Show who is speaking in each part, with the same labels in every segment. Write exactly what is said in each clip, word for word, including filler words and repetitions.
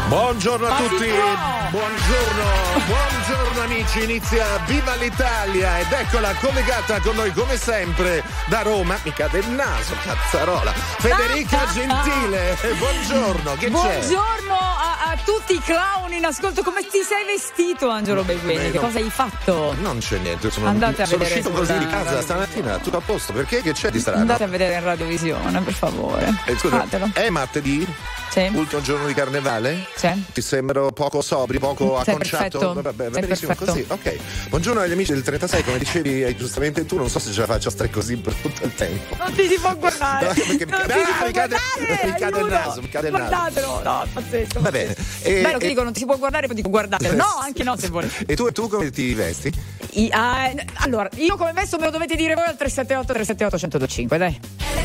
Speaker 1: Buongiorno a tutti, buongiorno, buongiorno amici, inizia Viva l'Italia ed eccola collegata con noi come sempre da Roma, mi cade il naso, cazzarola, Federica Gentile, buongiorno, che
Speaker 2: buongiorno
Speaker 1: c'è?
Speaker 2: Buongiorno a, a tutti i clown in ascolto, come ti sei vestito Angelo Beguini, che cosa hai fatto?
Speaker 1: Non c'è niente, sono,
Speaker 2: Andate a
Speaker 1: sono
Speaker 2: vedere
Speaker 1: uscito così di casa stamattina, tutto a posto, perché che c'è di strano?
Speaker 2: Andate a vedere in radiovisione, per favore.
Speaker 1: Eh, scusa,
Speaker 2: Fatelo.
Speaker 1: è martedì?
Speaker 2: Sì.
Speaker 1: Ultimo giorno di carnevale?
Speaker 2: Sì.
Speaker 1: Ti sembro poco sobri, poco
Speaker 2: Sei
Speaker 1: acconciato?
Speaker 2: perfetto.
Speaker 1: Vabbè, va
Speaker 2: Sei
Speaker 1: benissimo
Speaker 2: perfetto.
Speaker 1: così. Ok. Buongiorno agli amici del trentasei, come dicevi eh, giustamente tu, non so se ce la faccio a stare così per tutto il tempo.
Speaker 2: Non ti si può guardare.
Speaker 1: No, perché mi
Speaker 2: non
Speaker 1: cade-
Speaker 2: ti si
Speaker 1: ah,
Speaker 2: può
Speaker 1: mi cade-
Speaker 2: guardare.
Speaker 1: mi cade il
Speaker 2: aiuto.
Speaker 1: naso, mi cade il naso.
Speaker 2: Guardatelo, no, è pazzesco.
Speaker 1: Va bene. E,
Speaker 2: Bello che
Speaker 1: e-
Speaker 2: dico non ti si può guardare, poi dico guardatelo. No, anche no se vuoi.
Speaker 1: E tu, tu come ti vesti?
Speaker 2: I- ah, allora, io come vesto me lo dovete dire voi al tre sette otto tre sette otto uno zero due cinque, dai.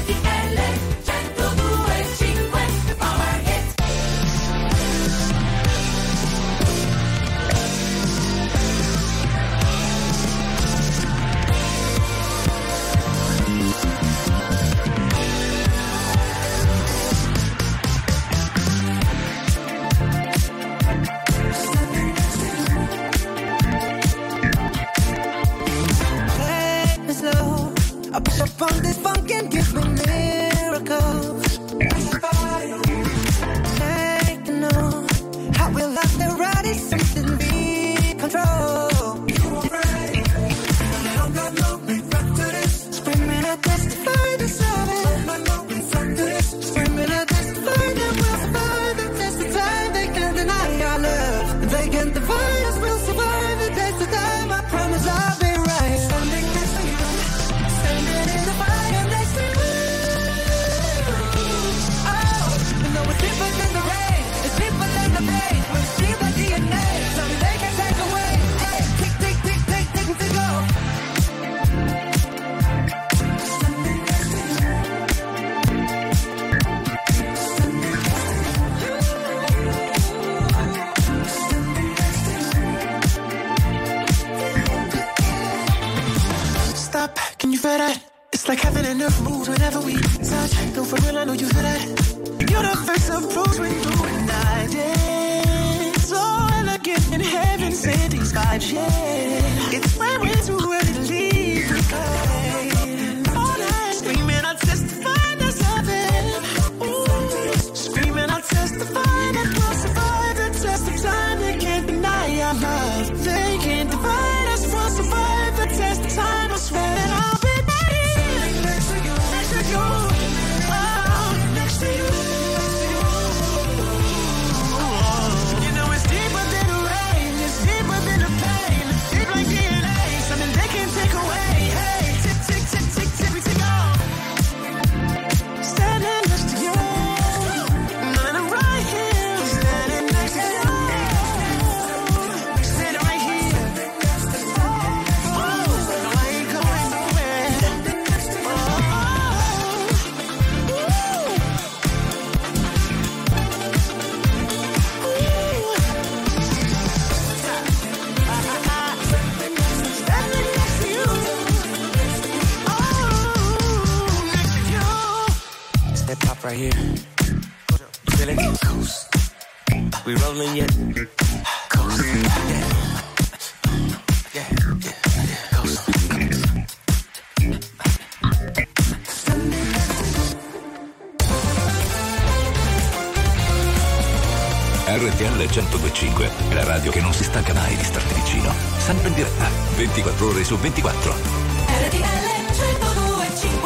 Speaker 3: I push up on this funk and give me miracles. Hey, you know how we love the ride is something we control. Screaming at testify the service. Screaming at testify that we'll survive the test of time. They can't deny our love. They can't defy us. We'll survive the test of time. I promise I'll be right. Standing next to you. Standing in the fire next to you. Oh, you know it's deeper than the rain. It's deeper than the pain. We're still the D N A. Something they can take away. Hey, tick, tick, tick, tick, tick, tick, go. Standing next to you. Standing next to you. Stop, can you feel that? It's like heaven and earth moves whenever we touch. No, for real, I know you feel that. You're the face of pros when you and I dance. So elegant in heaven, send these vibes, yeah. It's when we're too early to leave. Okay. All night, screaming, I testify there's heaven. Ooh. Screaming, I testify that we'll survive the test of time. They can't deny our love. They can't divide us. We'll survive the test of time. I swear that I'll be there. Next to you, next to you, oh, next to you. You know it's deeper than the rain, it's deeper than the pain, it's deep like D N A, something they can't take away. Hey, tick, tick, tick, tick, tick, we tick off. Standing next to you, and I'm right here, standing next to you, standing right here. Oh, no, I ain't going nowhere. Standing next to you. Oh, next to you.
Speaker 4: Step up right here. You feel it? Coast. We rolling yet? Coast. Yeah. Yeah. Yeah. Coast.
Speaker 5: R T L centodue e cinque è la radio che non si stanca mai di starti vicino. Sempre in diretta, ventiquattro ore su ventiquattro.
Speaker 3: R T L centodue e cinque.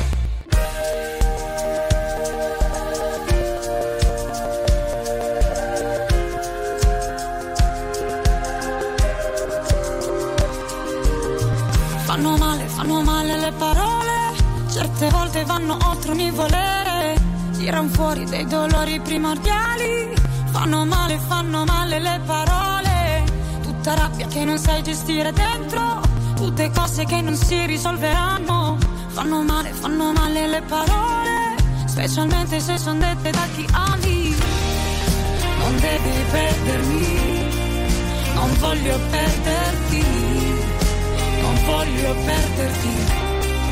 Speaker 6: Fanno male, fanno male le parole, certe volte vanno oltre ogni volere, tirano fuori dei dolori primordiali. Fanno male, fanno male le parole, tutta rabbia che non sai gestire dentro, tutte cose che non si risolveranno. Fanno male, fanno male le parole, specialmente se son dette da chi ami. Non devi perdermi, non voglio perderti, non voglio perderti,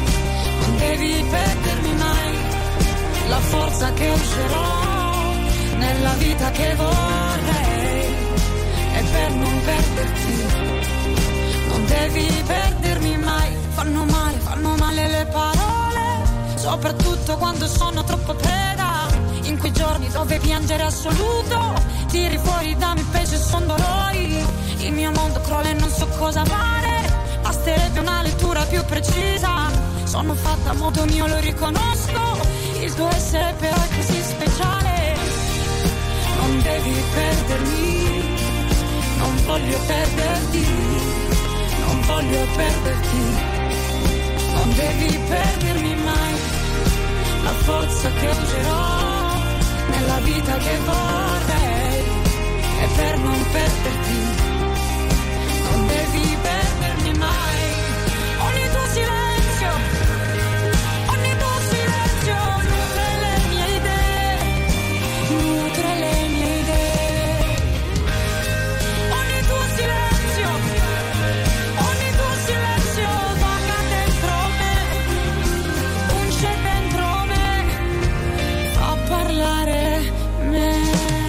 Speaker 6: non devi perdermi mai la forza che userò nella vita che vorrei, e per non perderti non devi perdermi mai. Fanno male, fanno male le parole, soprattutto quando sono troppo preda. In quei giorni dove piangere assoluto, tiri fuori dammi peso e son dolori. Il mio mondo crolla e non so cosa fare, basterebbe una lettura più precisa. Sono fatta a modo mio, lo riconosco, il tuo essere però è così speciale. Non devi perdermi, non voglio perderti, non voglio perderti, non devi perdermi mai. La forza che userò nella vita che vorrei, e per non perderti non devi perdermi mai. Ogni tuo silenzio, ogni tuo silenzio nutre le mie idee, nutre le mie idee. Ogni tuo silenzio, ogni tuo silenzio vaga dentro me, unge dentro me, fa parlare me.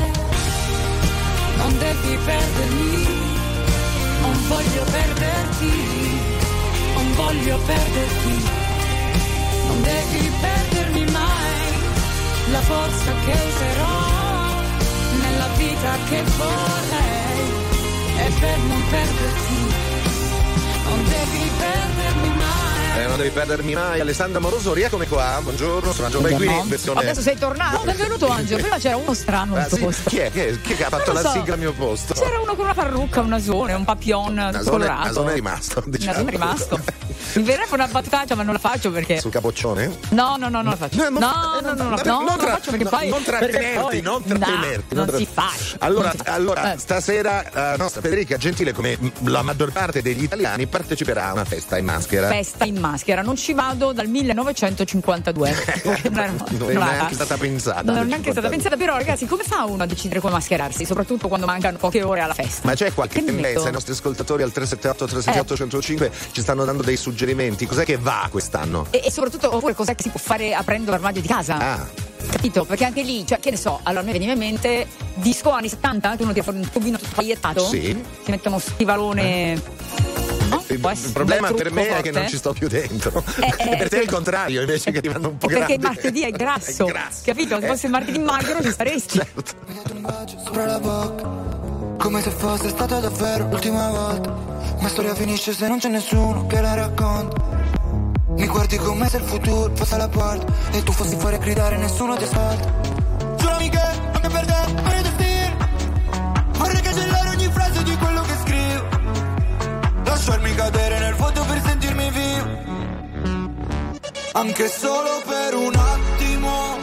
Speaker 6: Non devi perdermi, non voglio perderti, non voglio perderti, non devi perdermi mai. La forza che userò nella vita che vorrei, e per non perderti non devi perdermi mai.
Speaker 1: Eh, non devi perdermi mai. Alessandro Amoroso, eccomi qua. Buongiorno, sono Angelo Benguini. Versione...
Speaker 2: Adesso sei tornato. Benvenuto Angelo. Prima c'era uno strano al
Speaker 1: ah,
Speaker 2: tuo
Speaker 1: sì?
Speaker 2: posto.
Speaker 1: Chi è? Chi, è? Chi è che ha fatto la
Speaker 2: so.
Speaker 1: sigla al mio posto?
Speaker 2: C'era uno con una parrucca, un nasone, un papillon
Speaker 1: Nasone,
Speaker 2: colorato.
Speaker 1: Nasone è rimasto. Diciamo.
Speaker 2: Nasone è rimasto. Mi verrebbe una battutaccia, ma non la faccio perché.
Speaker 1: Sul capoccione?
Speaker 2: No, no, no, non la faccio. No,
Speaker 1: non
Speaker 2: no,
Speaker 1: fa-
Speaker 2: no, no, no,
Speaker 1: non tra-
Speaker 2: no, non la faccio perché
Speaker 1: no,
Speaker 2: poi.
Speaker 1: non trattenerti,
Speaker 2: poi-
Speaker 1: non
Speaker 2: no,
Speaker 1: trattenerti.
Speaker 2: non
Speaker 1: tra-
Speaker 2: si fa.
Speaker 1: Allora,
Speaker 2: Non si fa.
Speaker 1: allora
Speaker 2: Eh.
Speaker 1: stasera uh, nostra Federica Gentile, come la maggior parte degli italiani, parteciperà a una festa in maschera.
Speaker 2: Festa in maschera, non ci vado dal millenovecentocinquantadue. non era,
Speaker 1: non è
Speaker 2: non
Speaker 1: neanche
Speaker 2: era-
Speaker 1: stata pensata.
Speaker 2: Non è
Speaker 1: nel
Speaker 2: neanche stata
Speaker 1: cinquantadue.
Speaker 2: pensata, però ragazzi, come fa uno a decidere come mascherarsi? Soprattutto quando mancano poche ore alla festa.
Speaker 1: Ma c'è qualche
Speaker 2: Che
Speaker 1: tendenza?
Speaker 2: metto?
Speaker 1: I nostri ascoltatori al tre sette otto tre sei otto uno zero cinque ci stanno dando dei suggerimenti. Cos'è che va quest'anno?
Speaker 2: E, e soprattutto, oppure cos'è che si può fare aprendo l'armadio di casa?
Speaker 1: Ah,
Speaker 2: Capito? Perché anche lì, cioè, che ne so, allora mi veniva in mente disco anni settanta, che uno tira fuori un tubino tutto pagliettato.
Speaker 1: Sì.
Speaker 2: Ti mette uno stivalone. No?
Speaker 1: il,
Speaker 2: Può
Speaker 1: il
Speaker 2: essere
Speaker 1: problema
Speaker 2: un
Speaker 1: per me
Speaker 2: trucco
Speaker 1: è che
Speaker 2: forte?
Speaker 1: non ci sto più dentro.
Speaker 2: Eh, eh,
Speaker 1: per te è il contrario, invece che ti vanno un po'
Speaker 2: Perché
Speaker 1: grandi.
Speaker 2: il martedì è grasso.
Speaker 1: È grasso.
Speaker 2: Capito? Se
Speaker 1: Eh.
Speaker 2: fosse martedì magro ci staresti.
Speaker 1: Certo.
Speaker 3: Un bacio sopra la bocca, come se fosse stata davvero l'ultima volta. Ma storia finisce se non c'è nessuno che la racconta. Mi guardi come se il futuro fosse alla porta e tu fossi fuori a gridare e nessuno ti ascolta. Giurami che anche per te non è destino. Vorrei cancellare ogni frase di quello che scrivo, lasciarmi cadere nel vuoto per sentirmi vivo, anche solo per un attimo.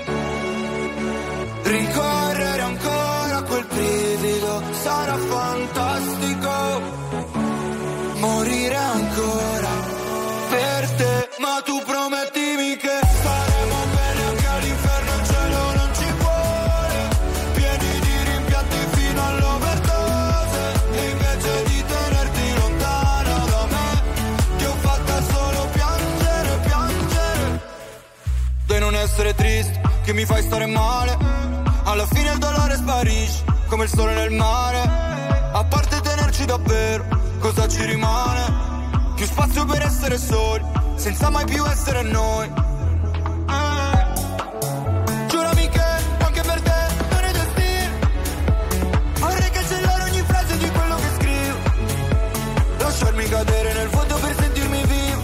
Speaker 3: Rincorrere ancora quel brivido sarà fantastico. Morire ancora per te, ma tu promettimi che staremo bene anche all'inferno, il cielo non ci vuole, pieni di rimpianti fino all'overdose, e invece di tenerti lontano da me, ti ho fatta solo piangere, piangere, di non essere triste, che mi fai stare male, alla fine il dolore sparisce, come il sole nel mare, a parte tenerci davvero, cosa ci rimane? Più spazio per essere soli, senza mai più essere noi. Eh. Giurami che anche per te non è destino. Vorrei cancellare ogni frase di quello che scrivo, lasciarmi cadere nel vuoto per sentirmi vivo,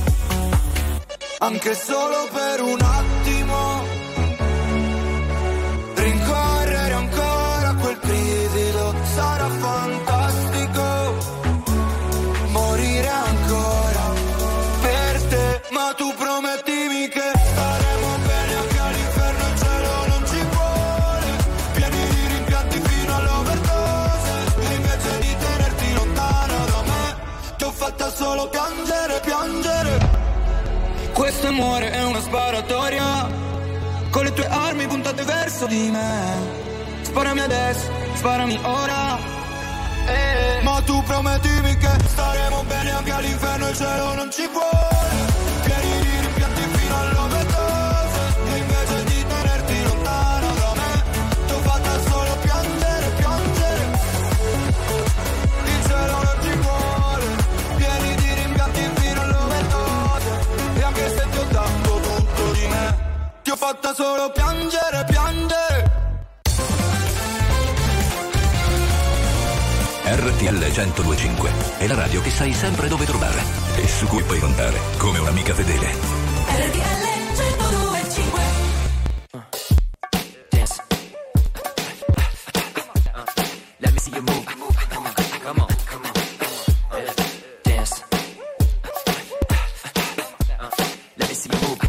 Speaker 3: anche solo per un attimo. Rincorrere ancora quel brivido sarà fantastico. Morire ancora per te, ma tu promettimi che staremo bene anche all'inferno, il cielo non ci vuole, pieni di rimpianti fino all'overdose, e invece di tenerti lontano da me, ti ho fatta solo piangere, piangere. Questo amore è una sparatoria, con le tue armi puntate verso di me. Sparami adesso, sparami ora. Eh. Ma tu promettimi che staremo bene anche all'inferno, il cielo non ci vuole, pieni di rimpianti fino all'overdose, e invece di tenerti lontano da me, ti
Speaker 7: anche se ti ho dato tutto di me. Ti ho fatta solo piangere, piangere.
Speaker 5: R T L centodue e cinque è la radio che sai sempre dove trovare e su cui puoi contare come un'amica fedele.
Speaker 6: R T L centodue e cinque.
Speaker 4: Dance. Let me see you move. Come on, come on, come on. Dance. Let me see you move.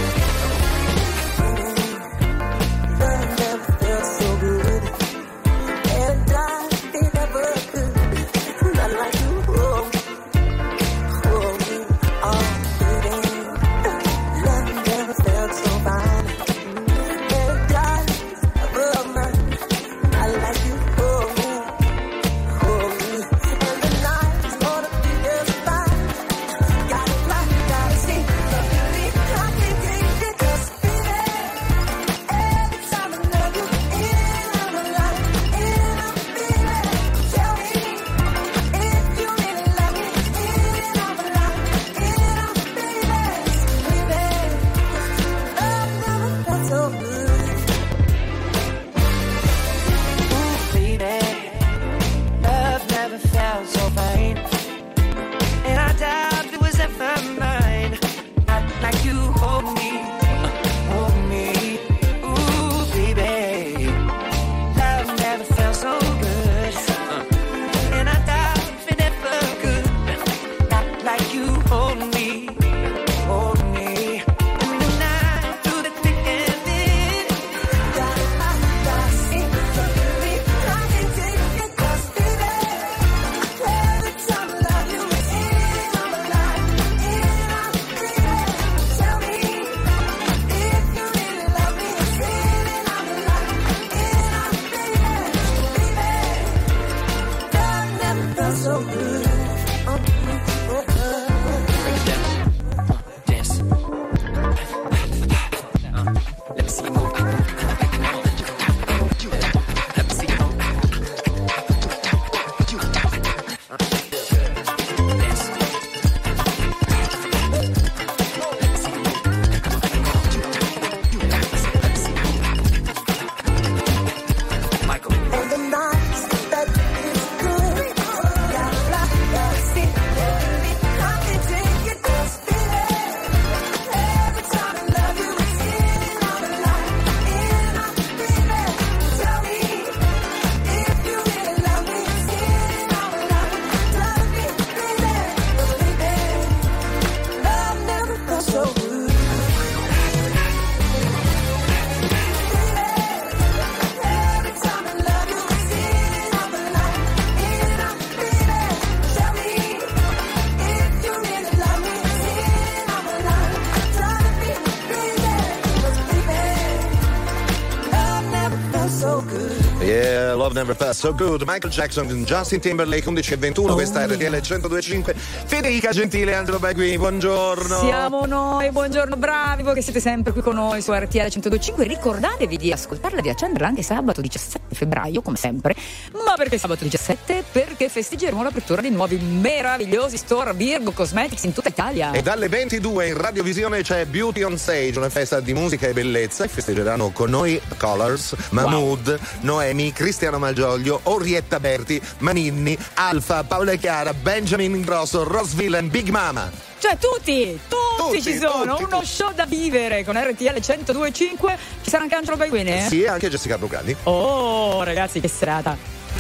Speaker 1: Love Never Felt So Good, Michael Jackson, Justin Timberlake, undici e ventuno, oh, questa è R T L centodue e cinque. Federica Gentile, Angelo Bagui, buongiorno.
Speaker 2: Siamo noi, buongiorno, bravi voi che siete sempre qui con noi su R T L centodue e cinque. Ricordatevi di ascoltarla e di accenderla anche sabato diciassette febbraio, come sempre. Ma perché sabato diciassette? Perché festeggeremo l'apertura di nuovi meravigliosi store Virgo Cosmetics in tutta Italia.
Speaker 1: E dalle ventidue in radiovisione c'è Beauty on Stage, una festa di musica e bellezza, e festeggeranno con noi Colors, Mahmood, wow, Noemi, Cristiano Malgioglio, Orietta Berti, Maninni, Alfa, Paola Chiara, Benjamin Ingrosso, Rose Villain, Big Mama.
Speaker 2: Cioè tutti, tutti, tutti ci sono,
Speaker 1: tutti,
Speaker 2: uno
Speaker 1: tutti.
Speaker 2: show da vivere con R T L centodue e cinque. Ci sarà anche Angelo Baiguene?
Speaker 1: Sì, anche Jessica Brucaldi.
Speaker 2: Oh ragazzi, che serata.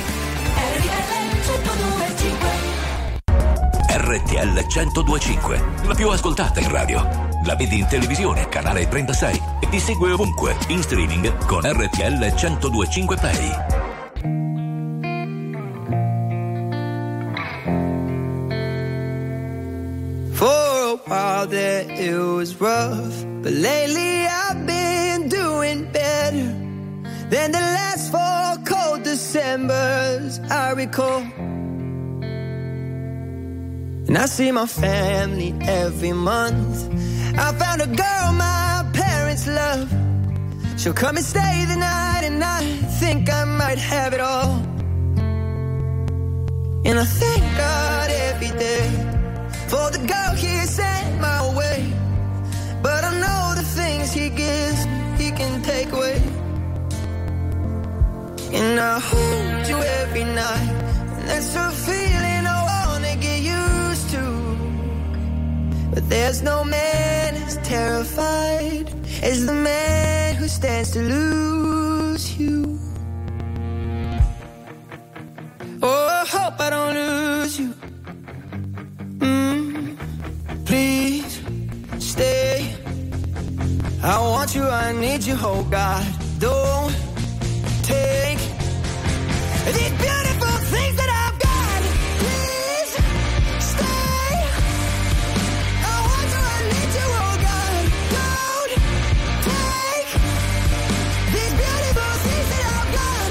Speaker 5: R T L centodue e cinque, la più ascoltata in radio. La vedi in televisione, canale trentasei, e ti segue ovunque, in streaming con R T L centodue e cinque Play.
Speaker 8: For a while there it was rough, but lately I've been doing better than the last four cold Decembers I recall. And I see my family every month. I found a girl my parents love. She'll come and stay the night, and I think I might have it all. And I thank God every day for the girl he sent my way. I hold you every night, and that's a feeling I wanna get used to. But there's no man as terrified as the man who stands to lose you. Oh, I hope I don't lose you. Mm, please stay. I want you, I need you, oh God. Don't take these beautiful things that I've got. Please stay. I want you, I need you, oh God. Don't take these beautiful things that I've got.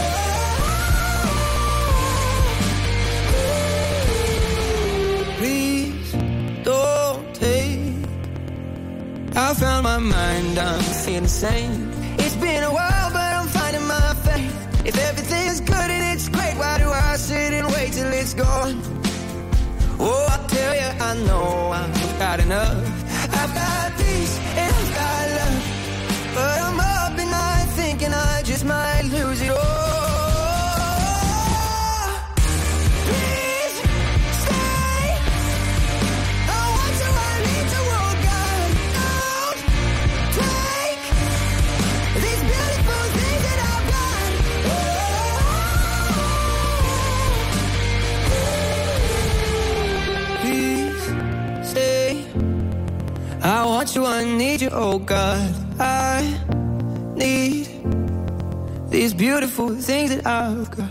Speaker 8: Oh, please don't take. I found my mind, I'm feeling sane. It's been a while, but I'm finding my faith. If everything is good and it's great, why do I sit and wait till it's gone? Oh, I tell you, I know I've got enough. I've got peace and I've got love, but I'm up at night thinking I just might lose it all. Please stay. I want you, I need you, oh God. Don't take these beautiful things that I've got. Please stay. I want you, I need you, oh God. I need these beautiful things that I've got.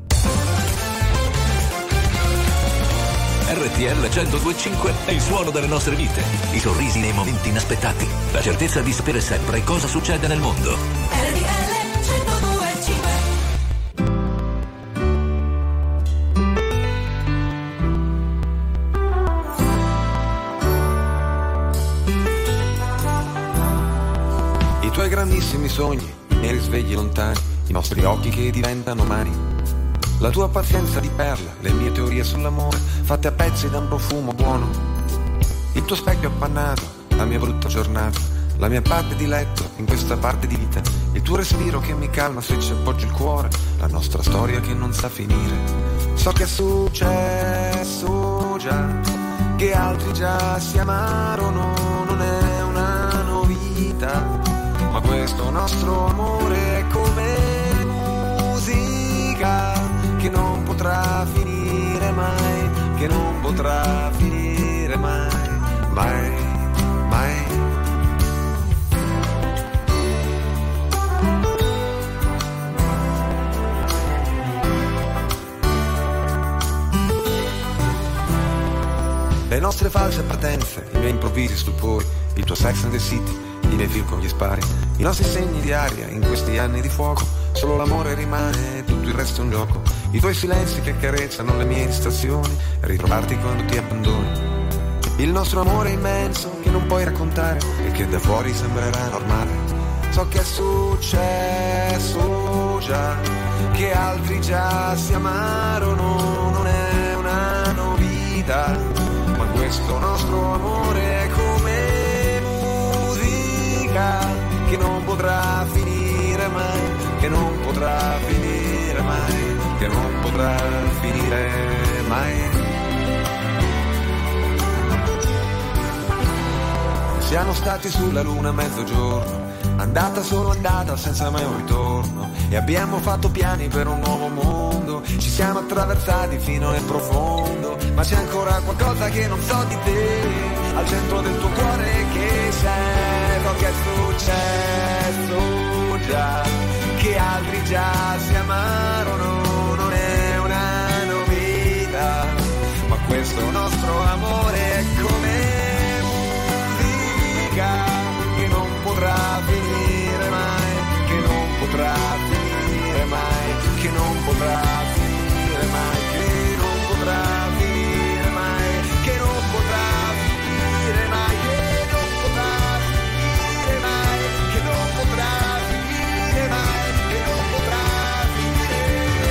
Speaker 5: R T L centodue e cinque è il suono delle nostre vite, i sorrisi nei momenti inaspettati, la certezza di sapere sempre cosa succede nel mondo.
Speaker 6: R T L centodue e cinque.
Speaker 9: I tuoi grandissimi sogni, i miei risvegli lontani, i nostri occhi che diventano mani. La tua pazienza di perla, le mie teorie sull'amore, fatte a pezzi da un profumo buono. Il tuo specchio appannato, la mia brutta giornata, la mia parte di letto in questa parte di vita. Il tuo respiro che mi calma se ci appoggio il cuore, la nostra storia che non sa finire. So che è successo già, che altri già si amarono, non è una novità. Ma questo nostro amore è come musica che non potrà finire mai, che non potrà finire mai, mai, mai. Le nostre false partenze, i miei improvvisi stupori, il tuo Sex and the City, i miei film con gli spari, i nostri segni di aria in questi anni di fuoco. Solo l'amore rimane, tutto il resto è un gioco. I tuoi silenzi che accarezzano le mie stazioni, ritrovarti quando ti abbandoni. Il nostro amore immenso che non puoi raccontare e che da fuori sembrerà normale. So che è successo già, che altri già si amarono, non è una novità. Ma questo nostro amore è come musica che non potrà finire mai, che non potrà finire mai, che non potrà finire mai. Siamo stati sulla luna a mezzogiorno, andata solo andata senza mai un ritorno, e abbiamo fatto piani per un nuovo mondo. Ci siamo attraversati fino nel profondo, ma c'è ancora qualcosa che non so di te, al centro del tuo cuore che sei. So che è successo già, che altri già si amarono, non è una novità. Ma questo nostro amore è come musica che non potrà finire mai, che non potrà finire mai, che non potrà finire mai, che non potrà finire mai, che non potrà finire mai, che non potrà finire mai, che non potrà finire mai, che non potrà finire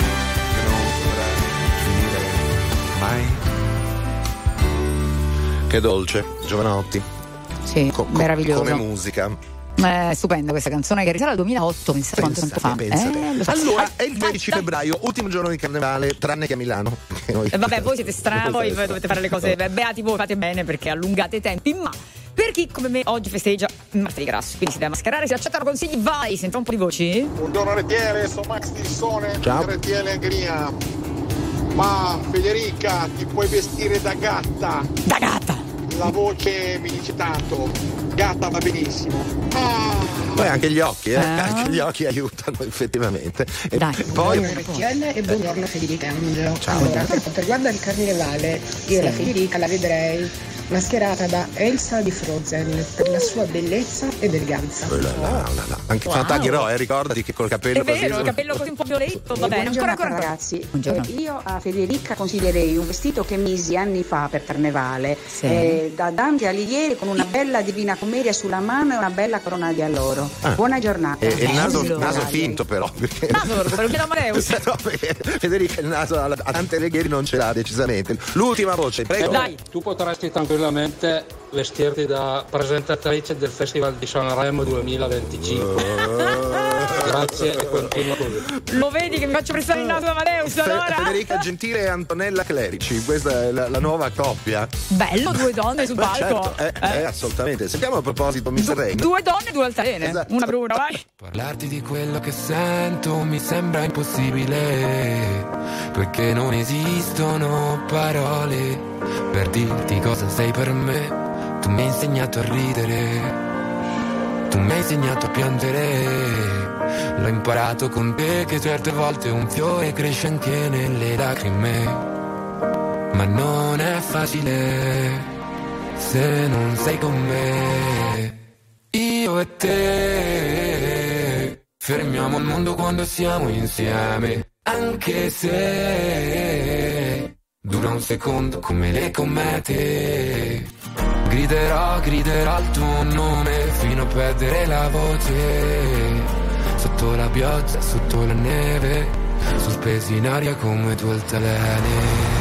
Speaker 9: mai.
Speaker 1: Che dolce, Giovanotti.
Speaker 2: Sì,
Speaker 1: Co- co-
Speaker 2: meraviglioso.
Speaker 1: Come musica.
Speaker 2: Eh, stupenda questa canzone che risale al duemilaotto, pensate quanto tempo fa.
Speaker 1: Pensate.
Speaker 2: Eh, lo so.
Speaker 1: Allora,
Speaker 2: Ah,
Speaker 1: è il tredici febbraio, ultimo giorno di carnevale, tranne che a Milano. Noi...
Speaker 2: Eh, vabbè, voi siete strani, voi dovete fare le cose. Beati voi, fate bene perché allungate i tempi. Ma per chi come me oggi festeggia martedì grasso, quindi si deve mascherare, si accettano consigli, vai, sentiamo un po' di voci.
Speaker 10: Buongiorno R T L, sono Max Tissone,
Speaker 1: Ciao.
Speaker 10: R T L Agria. Ma Federica, ti puoi vestire da gatta?
Speaker 2: Da gatta!
Speaker 10: La voce mi dice tanto, gatta va benissimo. Ah.
Speaker 1: Poi anche gli occhi, eh?
Speaker 2: Eh.
Speaker 1: Anche gli occhi aiutano effettivamente. E
Speaker 2: Dai.
Speaker 1: poi
Speaker 11: Buongiorno R T L e buongiorno Federica Angelo.
Speaker 1: Ciao.
Speaker 11: Allora, per quanto riguarda il carnevale, io
Speaker 2: Sì.
Speaker 11: la Federica la vedrei mascherata da Elsa di Frozen per la sua bellezza ed eleganza.
Speaker 1: Oh là là, là là. Anche
Speaker 2: Wow.
Speaker 1: Fantagherò, eh, ricordati che col capello
Speaker 2: È vero,
Speaker 1: così.
Speaker 2: il capello così un po' violetto, va
Speaker 12: Eh,
Speaker 2: bene.
Speaker 12: buongiorno
Speaker 2: Ancora, ancora,
Speaker 12: ragazzi.
Speaker 2: Buongiorno.
Speaker 12: Eh, io a Federica consiglierei un vestito che misi anni fa per carnevale,
Speaker 2: Sì.
Speaker 12: eh, da Dante Alighieri, con una bella Divina Commedia sulla mano e una bella corona di alloro.
Speaker 1: Ah.
Speaker 12: Buona giornata.
Speaker 1: E, e il naso,
Speaker 2: Bello.
Speaker 1: naso finto però. Perché...
Speaker 2: Naso lo recupero, chiedo a Amadeus.
Speaker 1: No, perché Federica il naso a a Dante Alighieri non ce l'ha decisamente. L'ultima voce, prego.
Speaker 2: Dai.
Speaker 13: Tu potresti tranquillamente vestirti da presentatrice del Festival di Sanremo duemilaventicinque. Grazie e continua così.
Speaker 2: Lo vedi che mi faccio prestare il naso da Amadeus,
Speaker 1: Fe-
Speaker 2: allora?
Speaker 1: Federica Gentile e Antonella Clerici, questa è la, la nuova coppia.
Speaker 2: Bello, due donne sul
Speaker 1: Beh,
Speaker 2: palco.
Speaker 1: certo, eh, eh, assolutamente. Sentiamo a proposito mister Rain.
Speaker 2: Due donne, due altalene.
Speaker 1: Esatto.
Speaker 2: Una per una, vai.
Speaker 9: Parlarti di quello che sento mi sembra impossibile, perché non esistono parole per dirti cosa sei per me. Tu mi hai insegnato a ridere, tu mi hai insegnato a piangere, l'ho imparato con te che certe volte un fiore cresce anche nelle lacrime, ma non è facile se non sei con me. Io e te fermiamo il mondo quando siamo insieme, anche se dura un secondo come le comete. Griderò, griderò il tuo nome fino a perdere la voce, sotto la pioggia, sotto la neve, sospesi in aria come due altalene.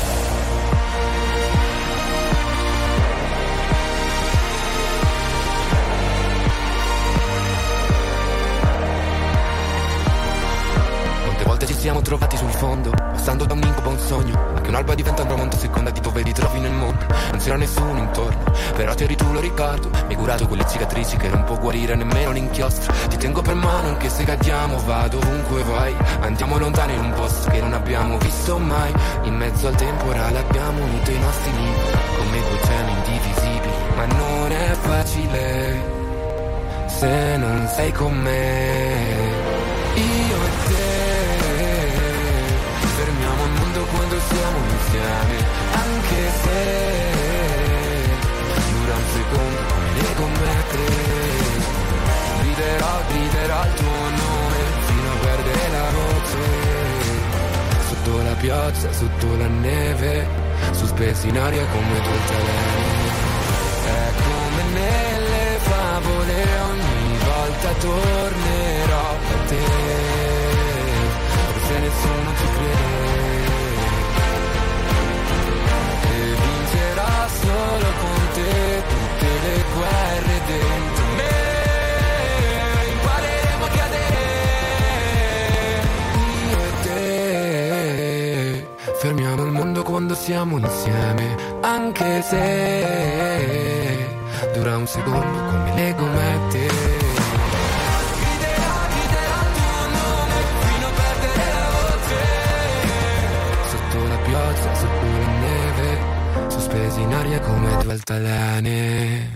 Speaker 9: Ci siamo trovati sul fondo, passando da un incubo a un sogno, anche un'alba diventa un tramonto a seconda di dove ti trovi nel mondo. Non c'era nessuno intorno, però c'eri tu, lo ricordo. Mi hai curato quelle cicatrici che non può guarire nemmeno l'inchiostro. Ti tengo per mano anche se cadiamo, vado ovunque vai. Andiamo lontani in un posto che non abbiamo visto mai. In mezzo al temporale abbiamo unito i nostri libri, come due oceani indivisibili. Ma non è facile se non sei con me. Io e te fermiamo il mondo quando siamo insieme, anche se dura un secondo come le comete. Griderò, griderò il tuo nome fino a perdere la voce, sotto la pioggia, sotto la neve, sospesi in aria come due altalene. È come nelle favole, ogni volta tornerò da te, se nessuno ti crede, e vincerò solo con te tutte le guerre dentro me. Impareremo a cadere, io e te fermiamo il mondo quando siamo insieme, anche se dura un secondo come le gomette. Sotto la neve, sospesi in aria come due altalene.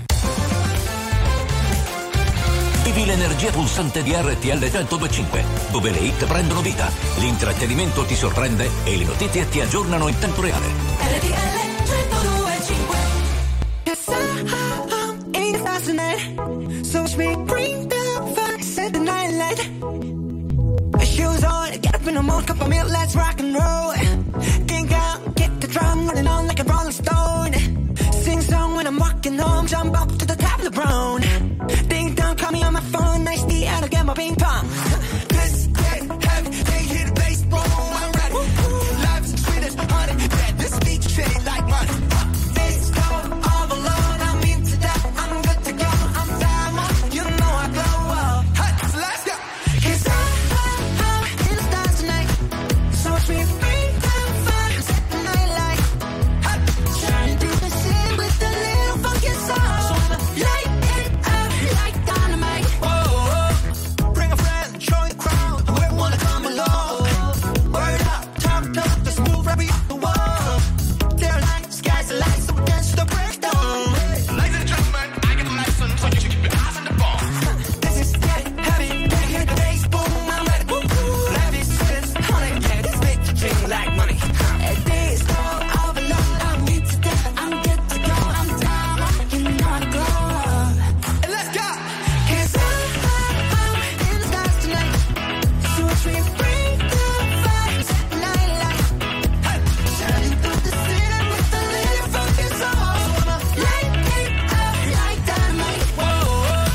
Speaker 5: Vivi l'energia pulsante di R T L centodue e cinque, dove le hit prendono vita, l'intrattenimento ti sorprende e le notizie ti aggiornano in tempo reale.
Speaker 6: R T L centodue e cinque.
Speaker 8: Yes, I ain't fascinated. So watch me bring the fire, set the night light. Shoes on, get up in the morning, cup of milk, let's rock and roll. Kink out, get the drum running on like a rolling stone. Sing song when I'm walking home, jump up to the top of the brown. Ding dong, call me on my phone, nice tea, and I'll get my ping pong. This get heavy, they hit the bass, boom, I'm ready. Life's sweet as honey, yeah, this beat shitty like money. This go
Speaker 3: carry the one. They're like skies are light, so dance to the breakdown. Ladies and gentlemen, I get a license, so you should keep your eyes on the ball. This is getting heavy, can't hear the bass boom, I'm ready. Woo woo, life is serious, honey, yeah, this make you dream like money. And this all overload, I'm here to death, I'm good to go, I'm down, you know I'm glow. And let's go, 'cause I, I, I'm in the stars tonight, so watch me bring the fire, set the night light. Hey, shining through the city with a little funky soul, so I'ma light it up like dynamite. Whoa,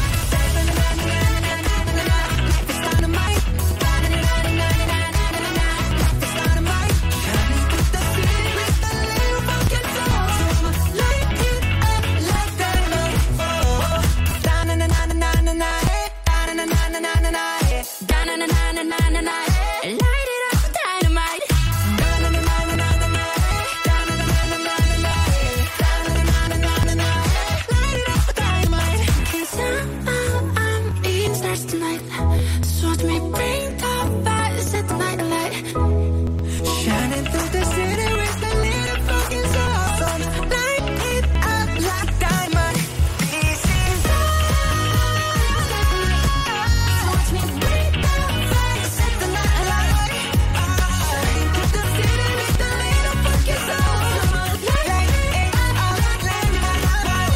Speaker 3: life is dynamite, dynamite, life is dynamite. Shining through the city with a little funky soul, so I'ma light it up like dynamite. Whoa, da-na-na-na-na-na-na, hey, da-na-na-na-na-na-na, hey, da-na-na-na-na-na-na, hey, light it up with dynamite. Da-na-na-na-na-na-na, hey, da-na-na-na-na-na-na, hey, da-na-na-na-na-na, hey, light it up with dynamite. 'Cause I'm, I'm in stars tonight, so watch me bring the fire, set the night alight. Shining through the city with a little fucking soul, so light it up like dynamite. This is all. So watch me bring the fire, set the night alight. Shining through the city with a little fucking soul, so light it up like dynamite.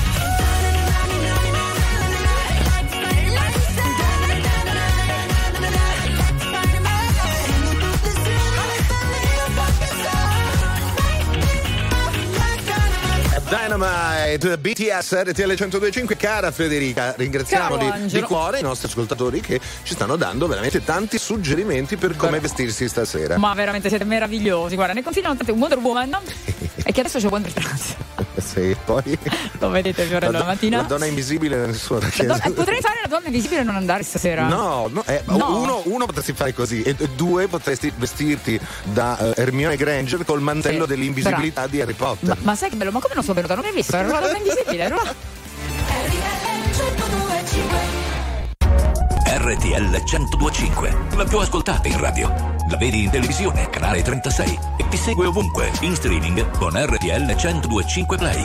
Speaker 1: Dynamite, B T S, R T L centodue e cinque. Cara Federica, ringraziamo
Speaker 2: Caro
Speaker 1: di, di
Speaker 2: Angelo.
Speaker 1: cuore i nostri ascoltatori che ci stanno dando veramente tanti suggerimenti per come vestirsi stasera.
Speaker 2: Ma veramente siete meravigliosi. Guarda, ne consigliano tante. Wonder Woman e che adesso c'è Wonder Trans.
Speaker 1: Sì, poi
Speaker 2: Lo vedete il Fiorello
Speaker 1: la,
Speaker 2: la mattina?
Speaker 1: la donna invisibile nel suo
Speaker 2: La donna- eh, potrei fare la donna invisibile e non andare stasera.
Speaker 1: No, no, eh,
Speaker 2: No.
Speaker 1: Uno, uno potresti fare così e due potresti vestirti da eh, Hermione Granger col mantello
Speaker 2: Sì,
Speaker 1: dell'invisibilità di Harry Potter.
Speaker 2: Ma, ma sai che bello? Ma come non sono venuta? Non hai visto? Era la donna invisibile. No?
Speaker 5: R T L centodue e cinque, la più ascoltata in radio. La vedi in televisione, canale trentasei, e ti segue ovunque, in streaming con R T L centodue e cinque Play.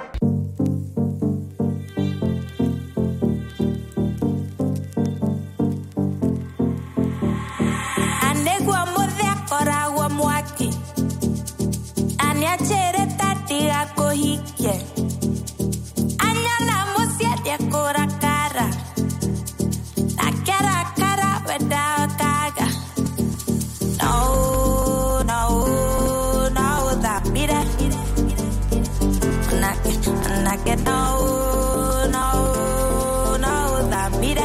Speaker 6: Anegua mordea coragua muaki. Aniachere tati akohike. Anyala musiete cora cara. La cara cara weda kaga. No, no, no, that mira. Anake, anake, no, no, no, that mira.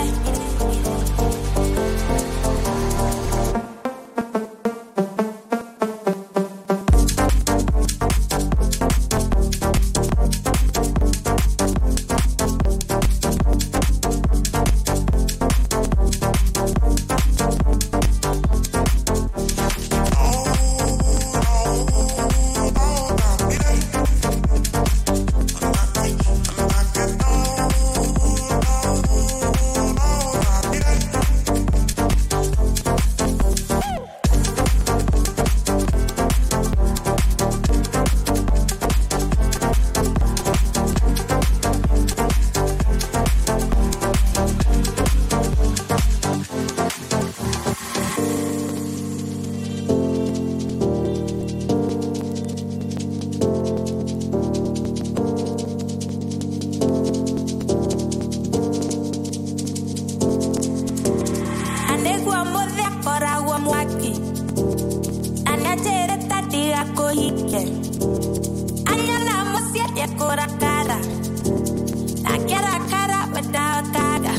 Speaker 6: Anegua mordea coragua muaki. Aniachere tati akohike. Anyala musiete cora cara. La cara cara weda kaga.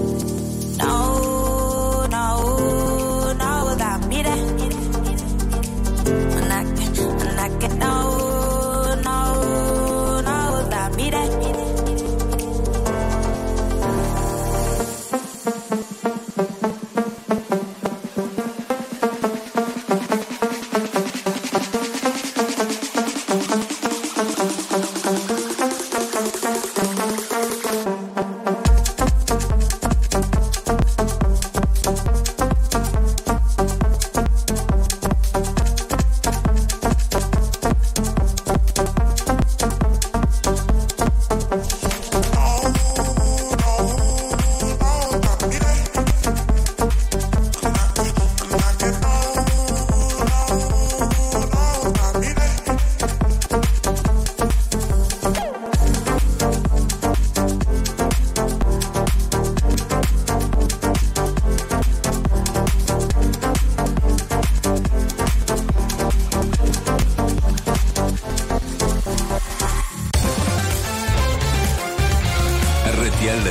Speaker 6: No, no, no, that mira. Anake, anake, no, no, no, that mira.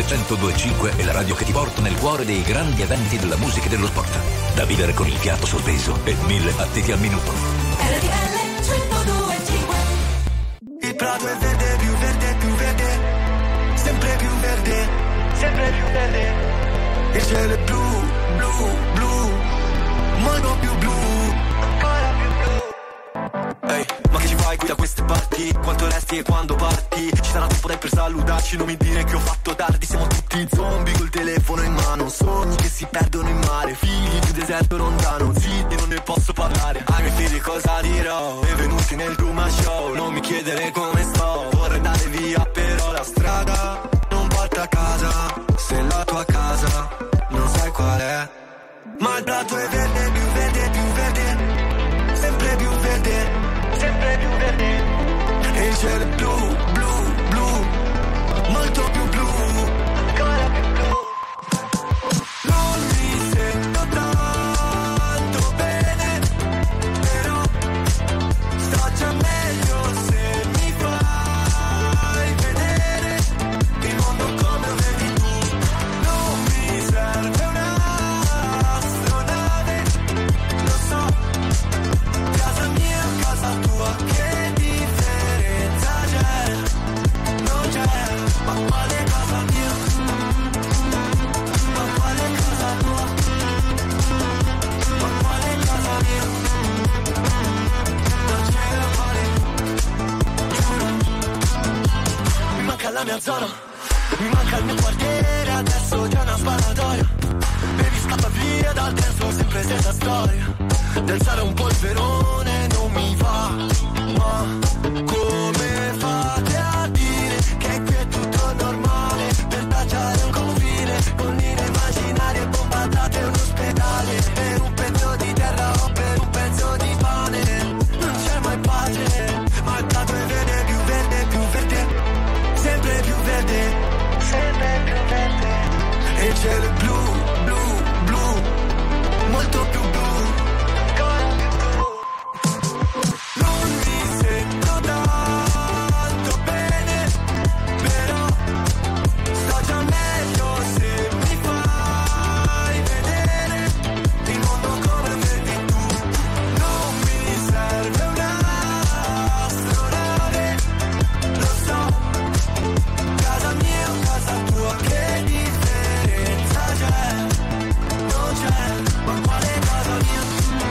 Speaker 5: centodue e cinque è la radio che ti porta nel cuore dei grandi eventi della musica e dello sport. Da vivere con il fiato sospeso e mille battiti al minuto.
Speaker 3: R T L centodue e cinque. Il prato è verde, più verde, più verde, sempre più verde, sempre più verde. Il cielo è blu, blu, blu, molto più blu, ancora più blu.
Speaker 4: Ehi, ma che ci fai qui da queste parti? Quanto resti e quando parti? Ci sarà tempo dai per salutarci, non mi dire che ho fatto tardi. Siamo tutti zombie col telefono in mano, sogni che si perdono in mare, figli di deserto lontano, zitti non ne posso parlare. Ai miei figli cosa dirò? Benvenuti nel Truma Show, non mi chiedere come sto. Vorrei andare via però la strada non porta a casa. Se la tua casa non sai qual è.
Speaker 3: Ma il prato è verde, più verde, più verde, sempre più verde, sempre più verde. E il cielo è blu, blu, blu, molto più blu, ancora più blu. Non mi sento tanto bene, però sto già meglio se mi fai vedere il mondo come lo vedi tu. Non mi serve un'astronave, lo so, casa mia, casa tua, che differenza c'è? Non c'è, ma quale casa mia? Ma quale casa tua? Ma quale casa mia? Non c'è da fare, giuro. Mi manca la mia zona, mi manca il mio quartiere, adesso c'è una sparatoria. Baby scappa via dal dentro, sempre stessa storia. D'alzare un polverone non mi va, ma come fate a dire che qui è tutto normale? Per tacciare un confine, colline immaginarie, bombardate un ospedale. Per un pezzo di terra o per un pezzo di pane, non c'è mai pace. Ma il prato è verde, più verde, più verde, sempre più verde, sempre più verde. E il cielo è blu, blu, blu, molto più blu, ancora più blu. Non mi sento tanto bene, però sto già meglio se mi fai vedere il mondo come vedi tu. Non mi serve un'astronave, lo so, casa mia o casa tua, che differenza c'è? Non c'è, ma quale casa mia?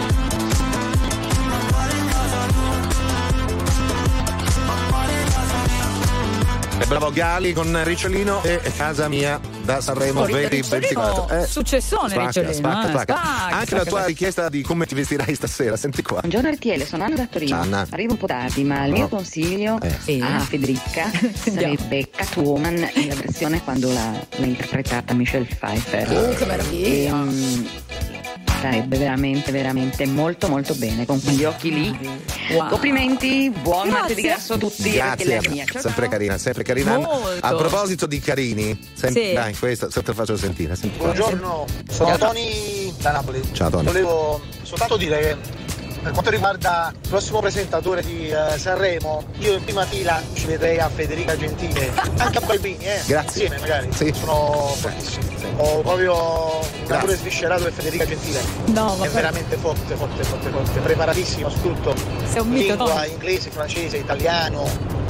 Speaker 3: Ma quale casa tua? Ma quale casa mia?
Speaker 1: E bravo Gali con Ricciolino e Casa mia da Sanremo,
Speaker 2: Oh,
Speaker 1: vedi
Speaker 2: Ricciolino,
Speaker 1: ventiquattro. Eh,
Speaker 2: successone,
Speaker 1: spacca,
Speaker 2: Ricciolino,
Speaker 1: spacca,
Speaker 2: eh,
Speaker 1: spacca.
Speaker 2: spacca,
Speaker 1: Anche
Speaker 2: spacca,
Speaker 1: la tua
Speaker 2: spacca.
Speaker 1: richiesta di come ti vestirai stasera, senti qua.
Speaker 14: Buongiorno R T L, sono Anna da Torino.
Speaker 1: Ciao, Anna.
Speaker 14: Arrivo un po' tardi, ma il
Speaker 1: No.
Speaker 14: mio consiglio
Speaker 1: Eh.
Speaker 14: a Federica sarebbe Catwoman nella versione quando l'ha, l'ha interpretata Michelle Pfeiffer.
Speaker 2: Oh, che meraviglia.
Speaker 14: Ehm, sarebbe veramente, veramente molto, molto bene con quegli occhi lì.
Speaker 2: Wow.
Speaker 14: Complimenti, buon
Speaker 2: Grazie.
Speaker 14: martedì grasso a tutti.
Speaker 1: Grazie,
Speaker 14: R T L è mia. Ciao,
Speaker 1: sempre
Speaker 14: ciao.
Speaker 1: carina, sempre carina.
Speaker 2: Molto.
Speaker 1: A proposito di carini, sem-
Speaker 2: Sì.
Speaker 1: dai, questo se te lo faccio sentire. Senti qua.
Speaker 15: Buongiorno, sono Tony da Napoli.
Speaker 1: Ciao, Tony.
Speaker 15: Volevo soltanto dire che per quanto riguarda il prossimo presentatore di eh, Sanremo, io in prima fila ci vedrei a Federica Gentile, anche a Balbini, eh?
Speaker 1: Grazie.
Speaker 15: Insieme magari.
Speaker 1: Sì.
Speaker 15: Sono fortissimi. Ho proprio un
Speaker 1: Grazie.
Speaker 15: amore sviscerato per Federica Gentile.
Speaker 2: No, ma
Speaker 15: È veramente forte, forte, forte, forte, preparatissimo su tutto.
Speaker 2: sei un mito,
Speaker 15: Lingua,
Speaker 2: Tony.
Speaker 15: inglese, francese, italiano.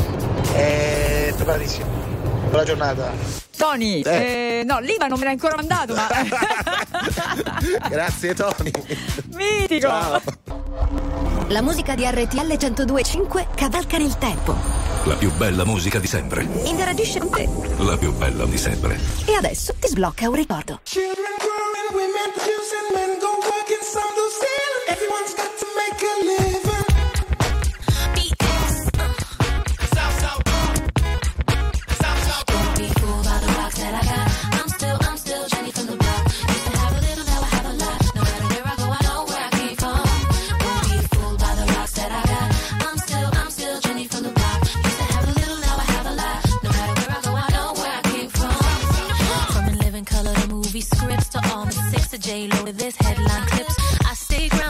Speaker 15: È preparatissimo. Buona giornata.
Speaker 2: Tony, eh, no, l'Iva non me l'ha ancora mandato, ma
Speaker 1: Grazie Tony.
Speaker 2: mitico.
Speaker 1: Ciao.
Speaker 16: La musica di R T L centodue e cinque cavalca nel tempo.
Speaker 5: La più bella musica di sempre.
Speaker 16: Interagisce con te.
Speaker 5: La più bella di sempre.
Speaker 16: E adesso ti sblocca un ricordo.
Speaker 3: Children growing, women producing, men go working, some do stealing. Everyone's got to make a living. B S South South South South. Don't be fooled by the rocks that I got. I'm still, I'm still Jenny from the block. Used to have a little, now I have a lot. No matter where I go, I know where I came from. Don't be fooled by the rocks that I got. I'm still, I'm still Jenny from the block. Used to have a little, now I have a lot. No matter where I go, I know where I came from. From in living color to movie scripts to all the six to J Lo to this headline clips. I stay grounded.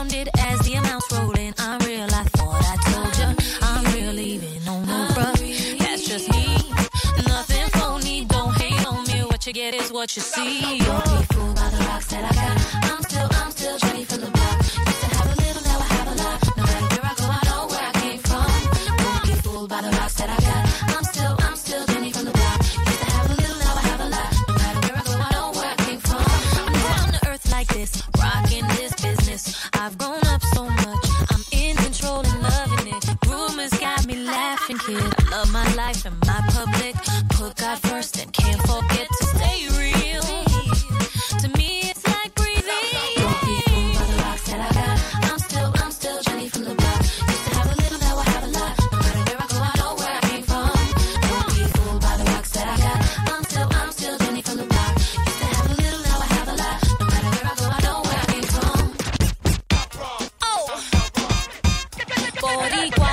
Speaker 17: should see. Don't be fooled by the rocks that I got. I'm still, I'm still Jenny from the block. Used to have a little, now I have a lot. No matter where I go, I know where I came from. Don't be fooled by the rocks that I got. I'm still, I'm still Jenny from the block. Used to have a little, now I have a lot. No matter where I go, I know where I came from. I'm down to earth like this, rocking this business. I've grown up so much, I'm in control and loving it. Rumors got me laughing, kid. I love my life and my public. Put God first and can't forget to stay real. To me, it's like breathing. Don't be fooled by the rocks that I got. I'm still, I'm still Jenny from the block. Used to have a little, now I have a lot. No matter where I go, I know where I came from. Don't be fooled by the rocks that I got. I'm still, I'm still Jenny from the block. Used to have a little, now I have a lot. No matter where I go, I know where I came from. Oh, Boricua.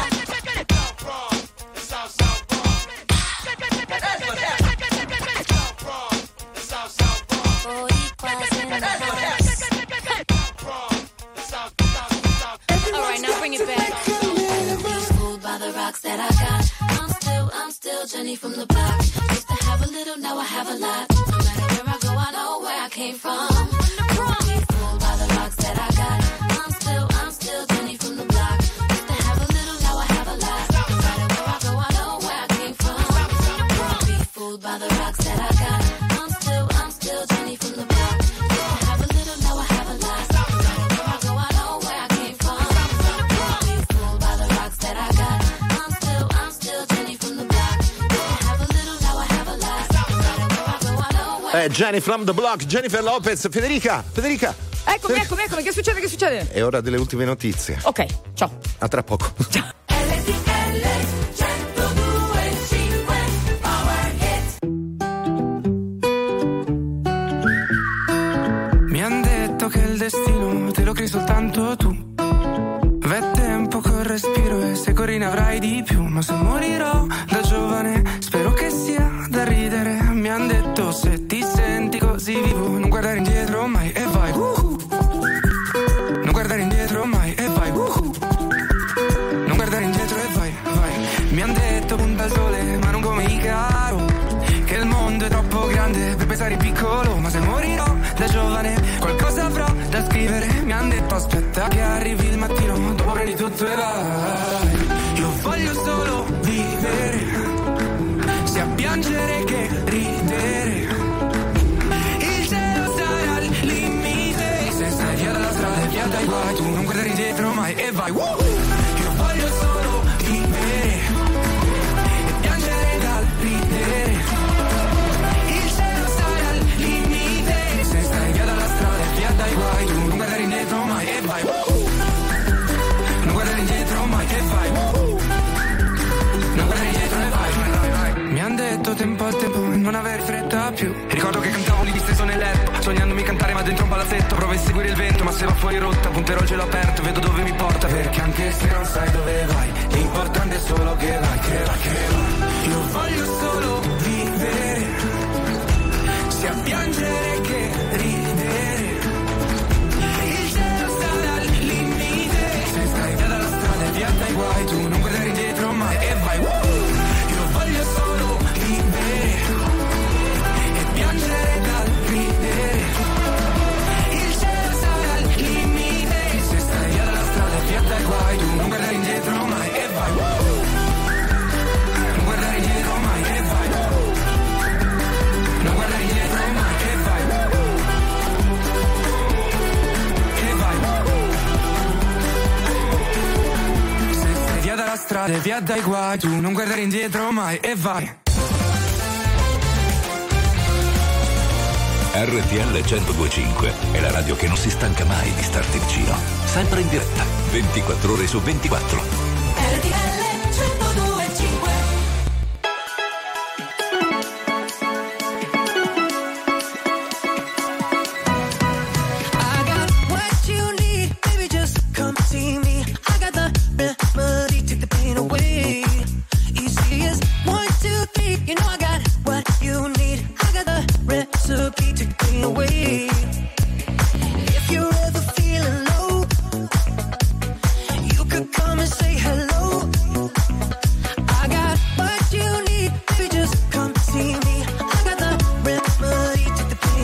Speaker 17: That I got. I'm still, I'm still Jenny from the block. Used to have a little, now I have a lot. No matter where I go, I know where I came from. Don't be fooled by the rocks that I got. I'm still, I'm still Jenny from the block. Used to have a little, now I have a lot. No matter where I go, I know where I came from. Don't be fooled by the rocks that I got. I'm still, I'm still Jenny from the block. Used to have a little, now I have a lot. No matter where I go, I know where I came from. Don't be fooled by the rocks that I got.
Speaker 1: Eh, Jenny from the block, Jennifer Lopez. Federica, Federica.
Speaker 2: Eccomi, eccomi, eccomi. Che succede? Che succede?
Speaker 1: È ora delle ultime notizie.
Speaker 2: Ok, ciao.
Speaker 1: A tra poco.
Speaker 2: Ciao.
Speaker 18: Mi han detto che il destino te lo crei soltanto tu. V'è tempo col respiro e se corri ne avrai di più. Ma se morirò da giovane spero che sia da ridere. Mi han detto se ti senti così vivo non guardare indietro mai e vai uh-huh. Non guardare indietro mai e vai uh-huh. Non guardare indietro e vai, vai. Mi han detto punta al sole ma non come i caro, che il mondo è troppo grande per pensare in piccolo. Ma se morirò da giovane qualcosa avrò da scrivere. Mi han detto aspetta che arrivi il mattino, dopo prendi tutto e vai. Io voglio solo vivere, sia piangere che ridere. Il cielo sarà al limite, se stai via dalla strada e via dai guai. Tu non guardare indietro mai e vai uh! Io voglio solo vivere e piangere dal ridere. Il cielo sarà al limite, se stai via dalla strada e via dai guai. Tu non guardare indietro mai e vai uh! Non guardare indietro mai e vai uh! Non guardare indietro e vai, vai, vai. Mi han detto tempo a tempo non aver fretta più. Ricordo che cantavo lì disteso nel letto, sognandomi cantare ma dentro un palazzetto. Provo a seguire il vento ma se va fuori rotta, punterò il cielo aperto, vedo dove mi porta. Perché anche se non sai dove vai, l'importante è solo che vai, che vai, che vai. Io voglio solo vivere, sia piangere che ridere. Il cielo sarà al limite, se stai via dalla strada e via dai guai. Tu non guardare indietro mai e vai uh! Io voglio solo vivere e piangere dal ridere. Il cielo sarà al limite, se stai via dalla strada e via dai guai. Tu non guardare indietro mai e vai uh! Non guardare indietro mai e vai uh! Non guardare indietro mai e vai uh! E vai uh! Se stai via dalla strada e via dai guai. Tu non guardare indietro mai e vai.
Speaker 5: R T L centodue e cinque è la radio che non si stanca mai di starti vicino. Sempre in diretta, ventiquattro ore su ventiquattro.
Speaker 17: R T L centodue e cinque.
Speaker 8: I got what you need, baby, just come see me. I got the remedy, take the pain away. Easy as one, two, three, you know I got what you need. I got the recipe, take the pain away. If you're ever feeling low, you could come and say hello. I got what you need, baby, just come see me. I got the remedy, take the pain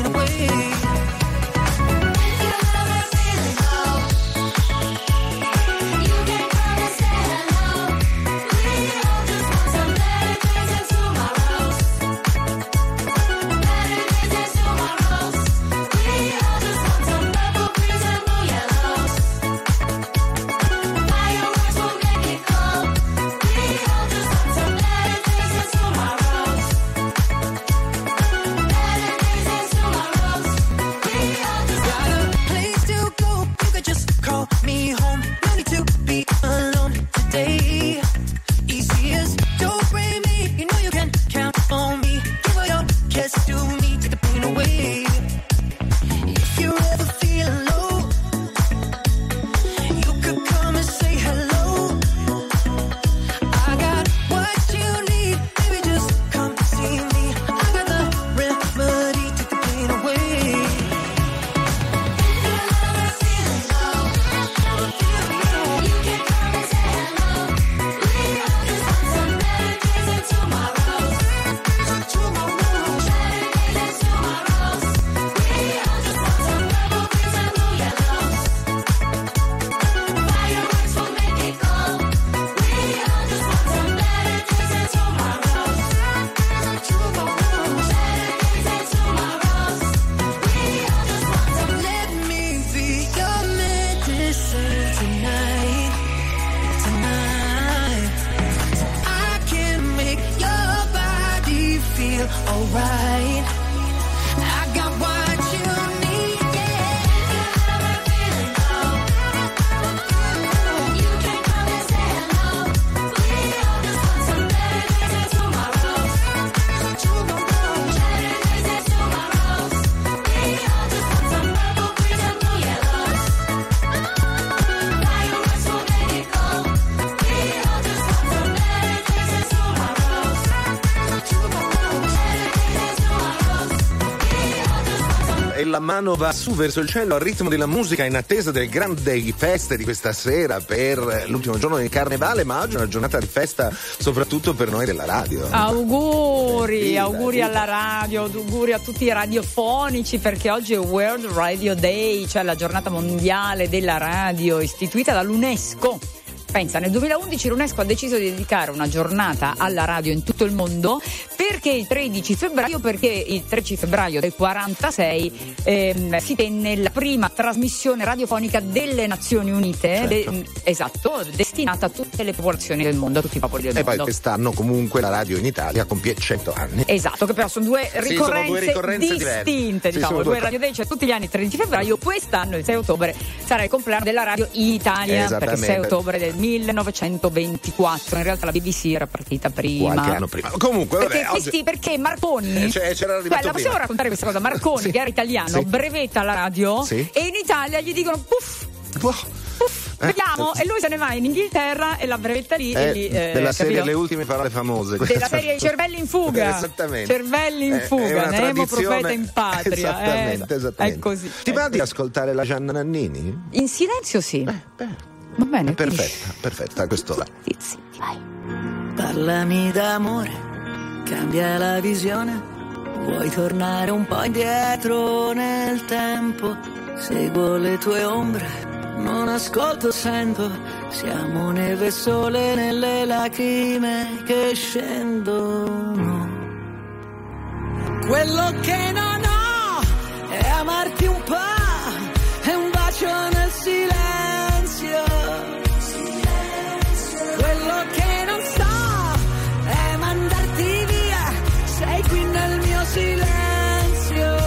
Speaker 6: alright. I got what you need, yeah. You can come and say hello. We all just want some better days and tomorrows. Better days and tomorrows. We all just want some purple, greens and blue yellows. Fireworks will make it cold. We all just want some better days and tomorrows.
Speaker 1: E la mano va su verso il cielo al ritmo della musica in attesa del grande feste di questa sera per l'ultimo giorno del carnevale, ma oggi è una giornata di festa soprattutto per noi della radio.
Speaker 2: Auguri,
Speaker 1: Viva,
Speaker 2: auguri
Speaker 1: viva.
Speaker 2: alla radio, auguri a tutti i radiofonici, perché oggi è World Radio Day, cioè la giornata mondiale della radio istituita dall'UNESCO. Pensa, nel duemilaundici l'UNESCO ha deciso di dedicare una giornata alla radio in tutto il mondo. Perché il tredici febbraio? Perché il tredici febbraio del quarantasei ehm, si tenne la prima trasmissione radiofonica delle Nazioni Unite,
Speaker 1: Certo.
Speaker 2: de- esatto, destinata a tutte le popolazioni del mondo, a tutti i popoli del
Speaker 1: E
Speaker 2: mondo.
Speaker 1: poi quest'anno comunque la radio in Italia compie cento anni.
Speaker 2: Esatto, che però sono due
Speaker 1: Sì,
Speaker 2: ricorrenze,
Speaker 1: sono due ricorrenze
Speaker 2: distinte,
Speaker 1: diverse. Sì,
Speaker 2: diciamo,
Speaker 1: sono
Speaker 2: due
Speaker 1: due-
Speaker 2: Radio Day, cioè tutti gli anni tredici febbraio, quest'anno il sei ottobre sarà il compleanno della radio in Italia, perché
Speaker 1: Esattamente.
Speaker 2: sei ottobre del millenovecentoventiquattro, in realtà la B B C era partita prima.
Speaker 1: Qualche anno prima. Comunque, vabbè,
Speaker 2: Perché,
Speaker 1: oggi-
Speaker 2: questi- perché Marconi,
Speaker 1: Eh, cioè, c'era arrivato
Speaker 2: Beh, la possiamo
Speaker 1: prima.
Speaker 2: raccontare questa cosa? Marconi,
Speaker 1: Sì.
Speaker 2: che era italiano,
Speaker 1: Sì.
Speaker 2: brevetta la radio
Speaker 1: Sì.
Speaker 2: e in Italia gli dicono puff,
Speaker 1: Eh,
Speaker 2: vediamo, e lui se ne va in Inghilterra e la brevetta lì
Speaker 1: eh,
Speaker 2: e lì, eh,
Speaker 1: della serie
Speaker 2: capito?
Speaker 1: Le ultime parole famose.
Speaker 2: Della serie I cervelli in fuga.
Speaker 1: Esattamente.
Speaker 2: Cervelli in
Speaker 1: Eh, è
Speaker 2: fuga,
Speaker 1: una
Speaker 2: Nemo
Speaker 1: tradizione-
Speaker 2: profeta in patria.
Speaker 1: Esattamente,
Speaker 2: eh,
Speaker 1: esattamente.
Speaker 2: È così.
Speaker 1: Ti va di ascoltare la Gianna Nannini?
Speaker 2: In silenzio sì. Va bene.
Speaker 1: Perfetta, perfetta, a quest'ora.
Speaker 19: Parlami d'amore, cambia la visione. Vuoi tornare un po' indietro nel tempo? Seguo le tue ombre, non ascolto, sento. Siamo neve e sole nelle lacrime che scendono. Quello che non ho è amarti un po', è un bacio nel silenzio. Quello che non so è mandarti via, sei qui nel mio silenzio.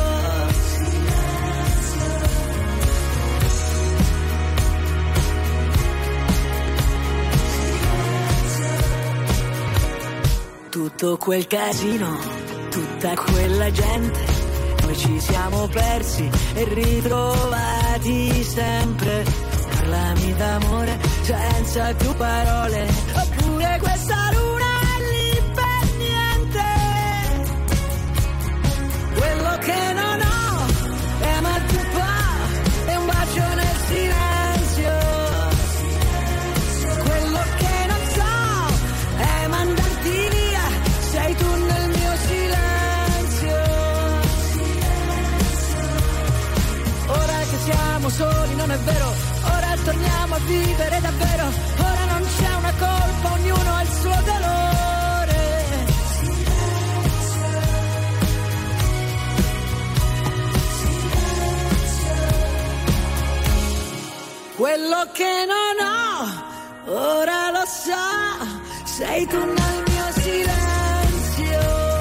Speaker 19: Tutto quel casino, tutta quella gente, noi ci siamo persi e ritrovati sempre. Parlami d'amore senza più parole, oppure questa luna è lì per niente. Quello che non ho è amarti un po', è un bacio nel silenzio. Quello che non so è mandarti via, sei tu nel mio silenzio. Ora che siamo soli non è vero, ora torniamo a vivere davvero, ora non c'è una colpa, ognuno ha il suo dolore. Quello che non ho, ora lo so, sei tu nel mio silenzio.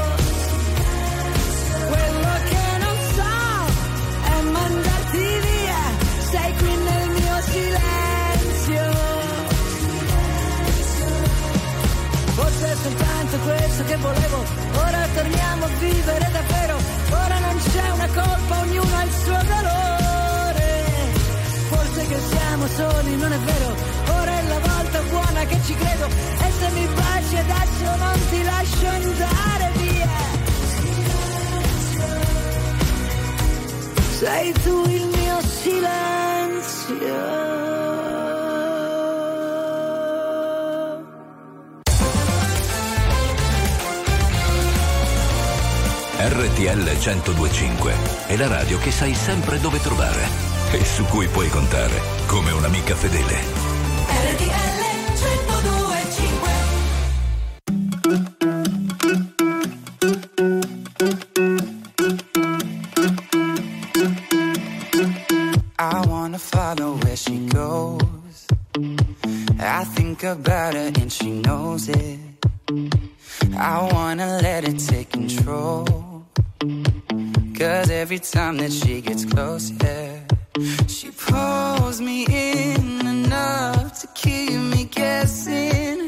Speaker 19: Quello che non so è mandarti via, sei qui nel mio silenzio. Forse è soltanto questo che volevo, ora torniamo a vivere davvero, ora non c'è una colpa, ognuno ha il suo dolore. Forse che siamo soli, non è vero, ora è la volta buona che ci credo, e se mi baci adesso non ti lascio andare via. Sei tu il mio silenzio.
Speaker 5: R T L centodue e cinque è la radio che sai sempre dove trovare e su cui puoi contare come un'amica fedele.
Speaker 17: R T L centodue e cinque.
Speaker 18: I wanna follow where she goes. I think about her and she knows it. I wanna let it take control. 'cause every time that she gets close, yeah, she pulls me in enough to keep me guessing.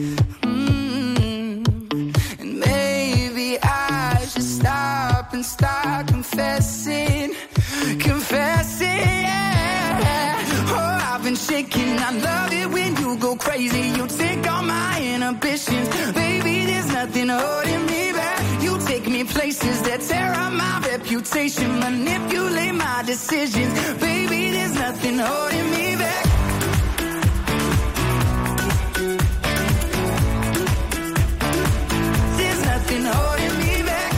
Speaker 18: Mm. And maybe I should stop and start confessing, confessing, yeah. Oh, I've been shaking, I love it when you go crazy. You take all my inhibitions, baby, there's nothing holding me back. You take me places that tear up my reputation, manipulate my decisions, baby, there's nothing holding me back. There's nothing holding me back.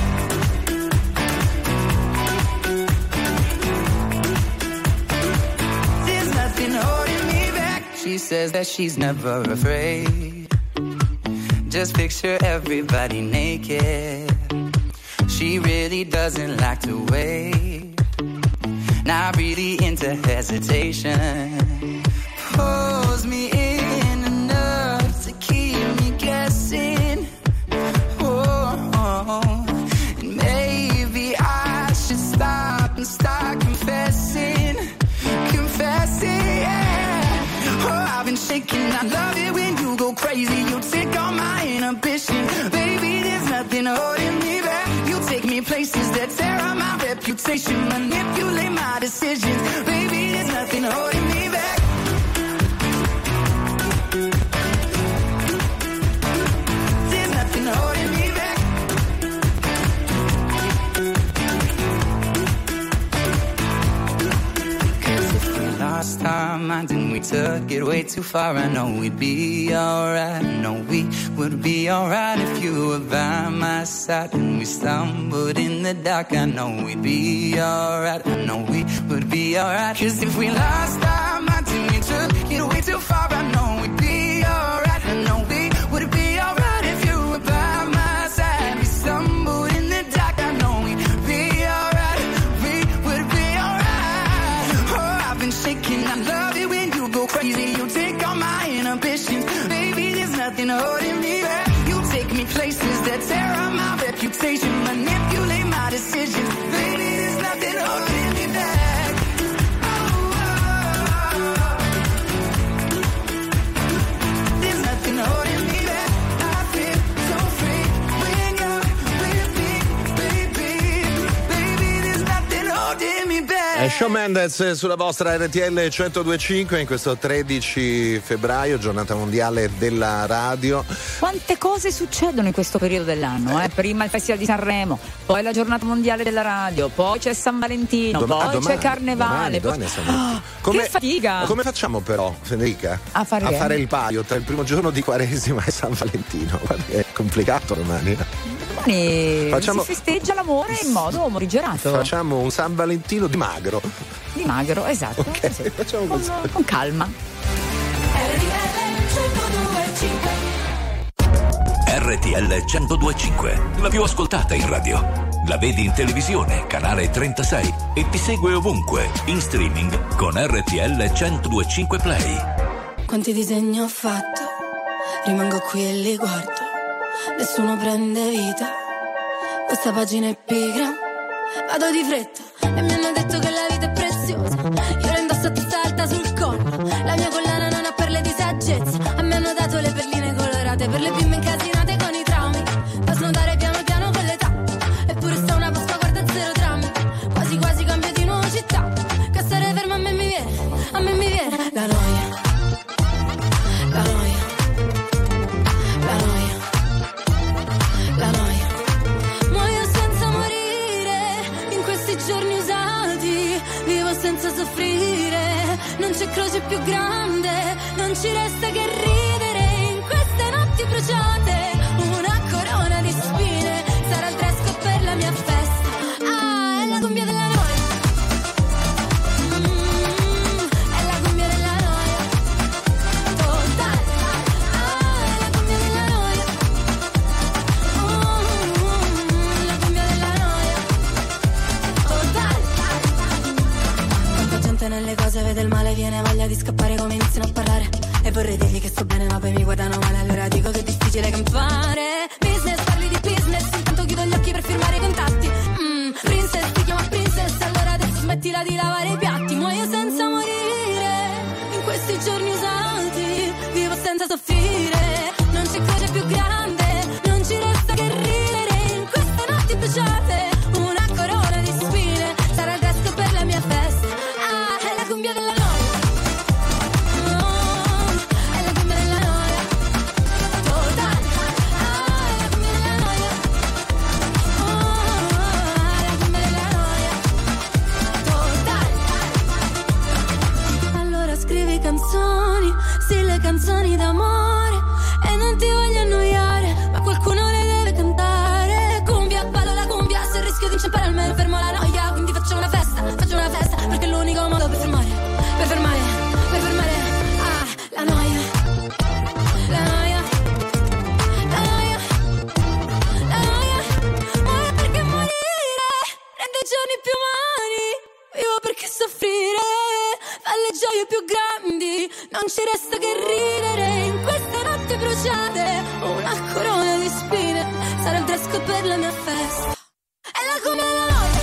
Speaker 18: There's nothing holding me back. She says that she's never afraid. Just picture everybody naked. She really doesn't like to wait. Not really into hesitation. Pulls me in enough to keep me guessing. Oh, oh. And maybe I should stop and start confessing, confessing, yeah. Oh, I've been shaking, I love it when you go crazy. You take all my inhibition, baby, there's nothing holding me back. You take me places that tear up my reputation, manipulate my decisions, baby, there's nothing holding me back. There's nothing holding me back. Cause if we lost our minds and we took it way too far, I know we'd be alright. I know we would be alright if you were by my side. And we stumbled in the dark, I know we'd be alright. I know we would be alright. Cause if we lost our minds and we took it way too far, I know we'd be alright. I know we would be alright if you were by my side. We stumbled in the dark, I know we'd be alright. We would be alright. Oh, I've been shaking, I love it when you go crazy. You take all my inhibitions, baby, there's nothing holding me back. You take me places that tear up my reputation, manipulate my decisions, baby, there's nothing holding me back. Oh, oh, oh. There's nothing holding me back. I feel so free when you're with me, baby, baby, there's nothing holding me back.
Speaker 1: È Shawn Mendes sulla vostra R T L centodue e cinque in questo tredici febbraio, giornata mondiale della radio.
Speaker 2: Quante cose succedono in questo periodo dell'anno, eh? Prima il Festival di Sanremo, poi la giornata mondiale della radio, poi c'è San Valentino,
Speaker 1: Doma-
Speaker 2: poi
Speaker 1: ah, domani,
Speaker 2: c'è Carnevale.
Speaker 1: Domani, domani è San Valentino.
Speaker 2: Oh, che fatica!
Speaker 1: Come facciamo però, Federica?
Speaker 2: A fare,
Speaker 1: a
Speaker 2: che?
Speaker 1: fare il paio tra il primo giorno di Quaresima e San Valentino? Guarda che è complicato domani.
Speaker 2: Domani
Speaker 1: Facciamo...
Speaker 2: si festeggia l'amore in modo morigerato.
Speaker 1: Facciamo un San Valentino di magro.
Speaker 2: Di magro, esatto.
Speaker 1: Ok,
Speaker 2: sì.
Speaker 1: facciamo
Speaker 2: con,
Speaker 1: così.
Speaker 2: con calma.
Speaker 5: R T L centodue e cinque, la più ascoltata in radio. La vedi in televisione, canale trentasei, e ti segue ovunque, in streaming con R T L centodue e cinque Play.
Speaker 6: Quanti disegni ho fatto, rimango qui e li guardo, nessuno prende vita, questa pagina è pigra, vado di fretta e mi hanno detto che la vita è preziosa, io la indosso a testa alta sul collo, la mia collana non ha perle di saggezza, a me hanno dato le perline colorate per le bimbe incasinate con i traumi, da snodare piano piano con l'età, eppure sta una Pasqua guarda zero drammi, quasi quasi cambio di nuovo città, che stare fermo a me mi viene, a me mi viene la noia, la noia, la noia, la noia, muoio senza morire, in questi giorni usati, vivo senza soffrire, non c'è croce più grande, non ci resta che ridere, in queste notti bruciate, una corona di spine, sarà il dress code per la mia festa, ah, è la cumbia della noia, mm, è la cumbia della noia, totale, ah, è la cumbia della noia, mm, la cumbia della noia, totale. Tanta gente nelle cose vede il male, viene voglia di scappare come iniziano a parlare, e vorrei dirgli che sto bene ma poi mi guardano male, allora dico che è difficile campare. Business, parli di business, intanto chiudo gli occhi per firmare i contatti, mm, princess, ti senza soffrire. Non c'è cosa più grande, non ci resta che ridere in queste notti bruciate. Una corona di spine sarà il resto per la mia festa. Ah, è la cumbia della noia. Oh, è la cumbia della noia. Total. Ah, è la cumbia della noia. Oh, è la cumbia della noia. Total. Allora scrivi canzoni, sì, le canzoni d'amore, e non ti voglio annoiare, ma qualcuno le deve cantare. Cumbia, ballo la cumbia, se rischio di inciampare almeno fermo la noia. Quindi faccio una festa, faccio una festa, perché è l'unico modo per fermare, per fermare, per fermare, ah, la noia. La noia, la noia, la noia. Muore perché morire rende i giorni più umani. Vivo perché soffrire fa le gioie più grandi. Non ci resta che ridere in queste notti bruciate. Una corona di spine sarà il dress code per la mia festa. È la cumbia della noia.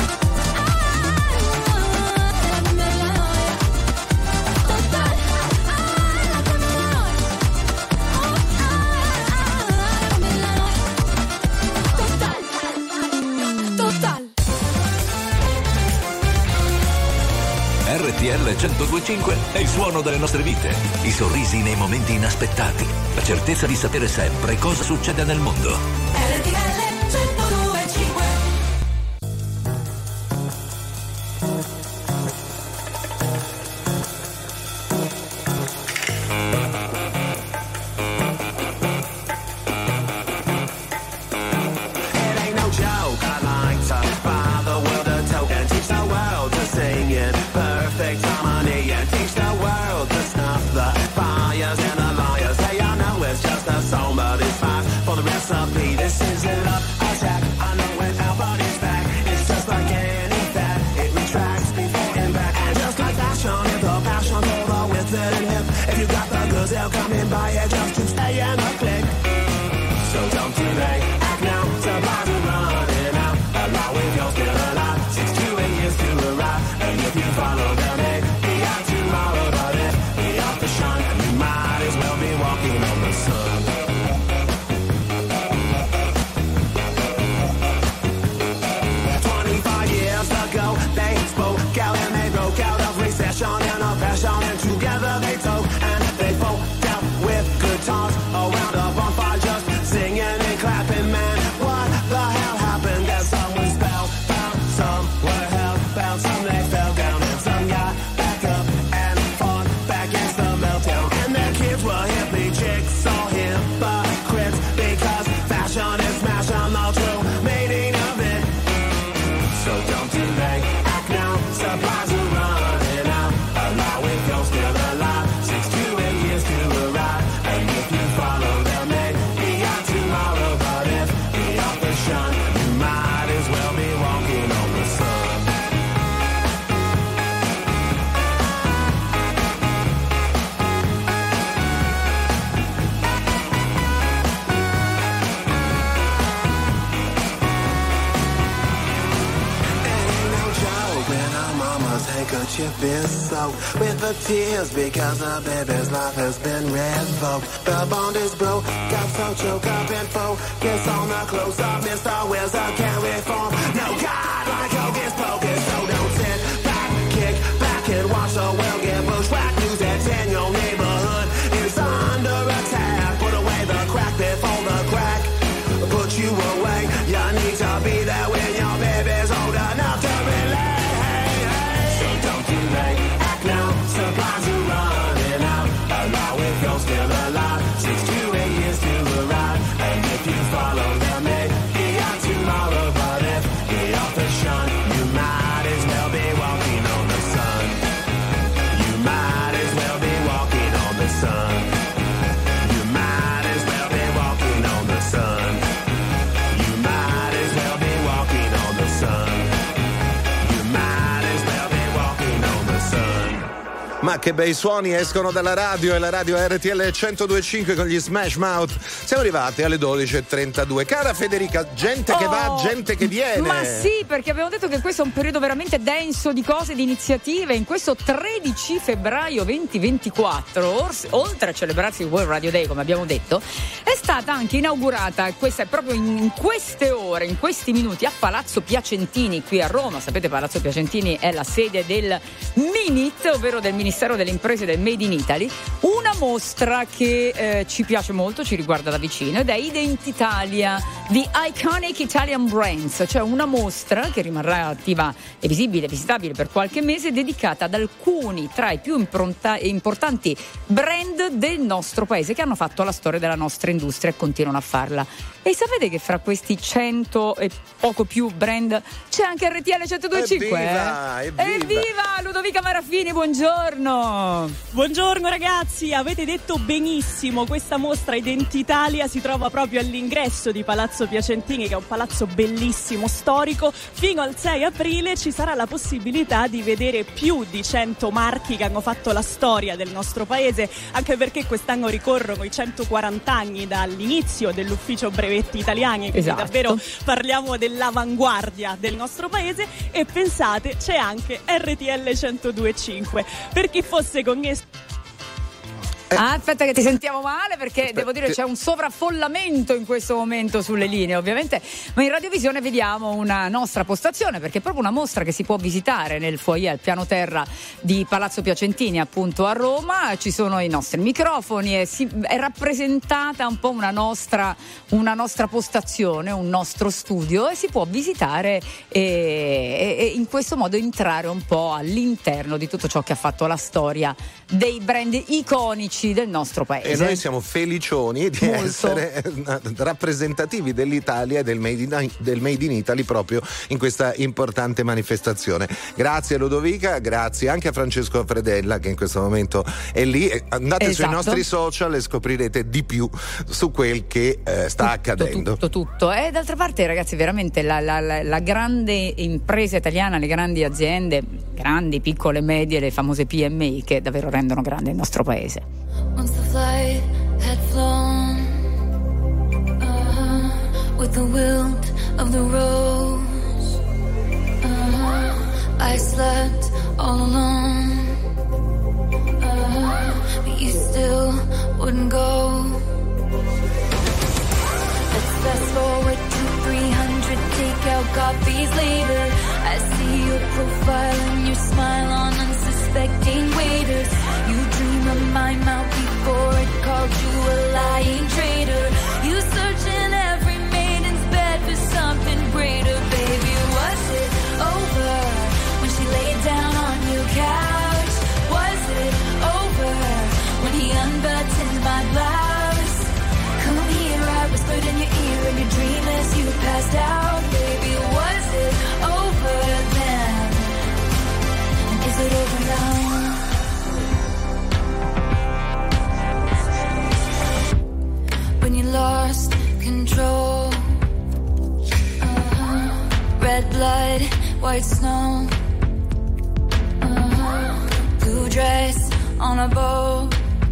Speaker 6: Ah, è la cumbia della noia. Total. Ah, è la cumbia della noia. Oh, ah, è la cumbia della noia. Total. Total.
Speaker 5: R T L centodue e cinque è il suono delle nostre vite, i sorrisi nei momenti inaspettati, la certezza di sapere sempre cosa succede nel mondo.
Speaker 6: R T L centodue e cinque.
Speaker 4: It ain't no joke, I like to buy the world a token, teach the world to sing in perfect harmony, and teach the world to snuff the fires and the liars. Hey, I know it's just a song, but it's fine for the recipe. This is a love attack, I know it now, but it's back. It's just like any fat, it retracts before and back. And just like fashion, if the passion for the withered and hip, if you got the goods, they'll come and buy it just to stay in the click. So don't delay, act now, supplies are running out. Allow if you're still alive, six to eight years to arrive. And if you follow the maybe out tomorrow, but if the off the shine, you might as well be walking on the sun. Twenty-five years ago, they spoke out and they broke out of recession and oppression, and together they took and they folk out with guitars around a bonfire, just singing and clapping. Man, what the hell happened? That some was spellbound, some were hellbound, some they fell down, and some got back up and fought back against the meltdown. And their kids were hippie chicks, all hypocrites, because fashion is smashing the true meaning of it. So don't delay, act now, supplies are running out. Allow if you're still alive, six to eight years to arrive. And if you follow them, maybe out tomorrow, but if the author shine, you might as well be walking on the sun. Ain't no joke when our mama's handkerchief is soaked with the tears because the baby's life has been revoked. The bond is broke, got so choked up and focus on the close-up. Mister Wizard can't reform. No God like Hocus Pocus, so don't sit back, kick back and watch the world get bushwhacked. News that's in your neighborhood is under attack. Put away the crack before the crack put you away. You need to be there when your baby's old enough to relate. So don't delay, act now, supplies are running out. Allow if you're still alive, six to eight years to arrive. And if you follow them, maybe out tomorrow, but if the author shine, you might as well be walking on the sun.
Speaker 1: che bei suoni escono dalla radio, e la radio R T L centodue e cinque con gli Smash Mouth. Siamo arrivati alle dodici e trentadue. Cara Federica, gente
Speaker 2: oh,
Speaker 1: che va, gente che viene.
Speaker 2: Ma sì, perché abbiamo detto che questo è un periodo veramente denso di cose, di iniziative. In questo tredici febbraio duemilaventiquattro, or- oltre a celebrarsi il World Radio Day, come abbiamo detto, è stata anche inaugurata, questa è proprio in, in queste ore, in questi minuti, a Palazzo Piacentini qui a Roma. Sapete, Palazzo Piacentini è la sede del MINIT, ovvero del Ministero delle Imprese del Made in Italy, una mostra che eh, ci piace molto, ci riguarda da vicino, ed è Identitalia, The Iconic Italian Brands, cioè una mostra che rimarrà attiva e visibile, visitabile per qualche mese, dedicata ad alcuni tra i più impronta- importanti brand del nostro paese che hanno fatto la storia della nostra industria e continuano a farla. E sapete che fra questi cento e poco più brand c'è anche R T L centodue e cinque?
Speaker 1: Evviva,
Speaker 2: eh?
Speaker 1: evviva.
Speaker 2: Evviva! Ludovica Marafini, buongiorno!
Speaker 20: Buongiorno ragazzi, avete detto benissimo, questa mostra Identitalia si trova proprio all'ingresso di Palazzo Piacentini, che è un palazzo bellissimo, storico. Fino al sei aprile ci sarà la possibilità di vedere più di cento marchi che hanno fatto la storia del nostro paese, anche perché quest'anno ricorrono i centoquaranta anni dall'inizio dell'ufficio brevetti italiani, quindi
Speaker 2: esatto.
Speaker 20: davvero parliamo dell'avanguardia del nostro paese. E pensate, c'è anche R T L centodue e cinque per chi fosse connesso.
Speaker 2: Ah, aspetta che ti sentiamo male, perché aspetta, devo dire c'è un sovraffollamento in questo momento sulle linee, ovviamente, ma in radiovisione vediamo una nostra postazione, perché è proprio una mostra che si può visitare nel foyer al piano terra di Palazzo Piacentini, appunto a Roma. Ci sono i nostri microfoni e si, è rappresentata un po' una nostra, una nostra postazione, un nostro studio, e si può visitare e, e, e in questo modo entrare un po' all'interno di tutto ciò che ha fatto la storia dei brand iconici del nostro paese.
Speaker 1: E noi siamo felicioni di
Speaker 2: Molto.
Speaker 1: essere rappresentativi dell'Italia e del made, in, del made in Italy proprio in questa importante manifestazione. Grazie Ludovica, grazie anche a Francesco Fredella che in questo momento è lì. Andate
Speaker 2: esatto.
Speaker 1: sui nostri social e scoprirete di più su quel che eh, sta
Speaker 2: tutto,
Speaker 1: accadendo.
Speaker 2: Tutto, tutto. E d'altra parte, ragazzi, veramente la, la, la, la grande impresa italiana, le grandi aziende, grandi, piccole, medie, le famose P M I, che davvero rendono grande il nostro paese.
Speaker 17: Once the flight had flown, uh-huh, with the wilt of the rose, uh-huh, I slept all alone, uh-huh, but you still wouldn't go. Let's fast forward to three hundred takeout coffees later. I see your profile and your smile on unsuspecting waiters. You dream of my mouth before it called you a lying traitor. You search in every maiden's bed for something greater. Baby, was it over when she laid down on your couch? Was it over when he unbuttoned my blouse? Come here, I whispered in your ear in your dream as you passed out. Baby, was it over then? And is it over now? When you lost control, uh-huh. Red blood, white snow, uh-huh. Blue dress on a bow,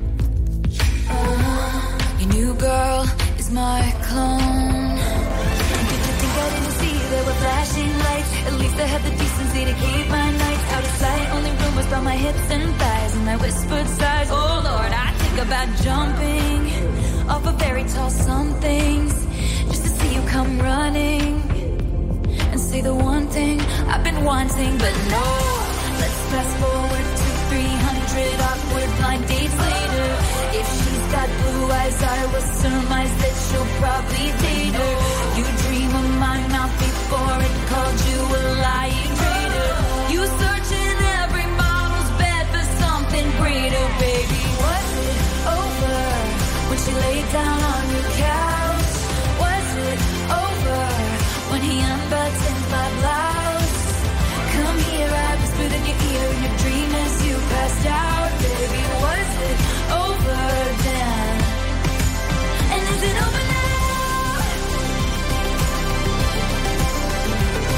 Speaker 17: uh-huh. Your new girl is my clone. And did you think I didn't see there were flashing lights? At least I had the decency to keep my nights out of sight. Only rumors about my hips and thighs and my whispered sighs. Oh Lord, I think about jumping off a very tall somethings just to see you come running and say the one thing I've been wanting. But no, let's fast forward to three hundred awkward blind dates later. If she's got blue eyes, I will surmise that she'll probably date her. You dream of my mouth before it called you a lying traitor. You search in every model's bed for something greater. Baby, was it over when she laid down on your couch? Was it over when he unbuttoned my blouse? Come here, I whispered in your ear in your dream as you passed out. Baby, was it over then? And is it over now?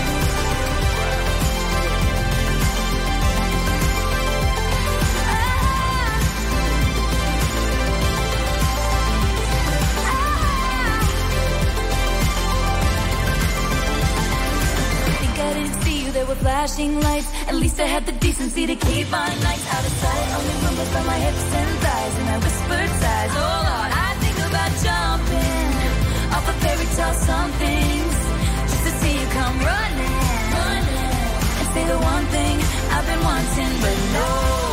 Speaker 17: Ah. flashing lights. At least I had the decency to keep my nights out of sight. Only rumbles from my hips and thighs, and I whispered sighs. Oh Lord, I think about jumping off a fairy tale somethings, just to see you come running, running, and say the one thing I've been wanting, but no.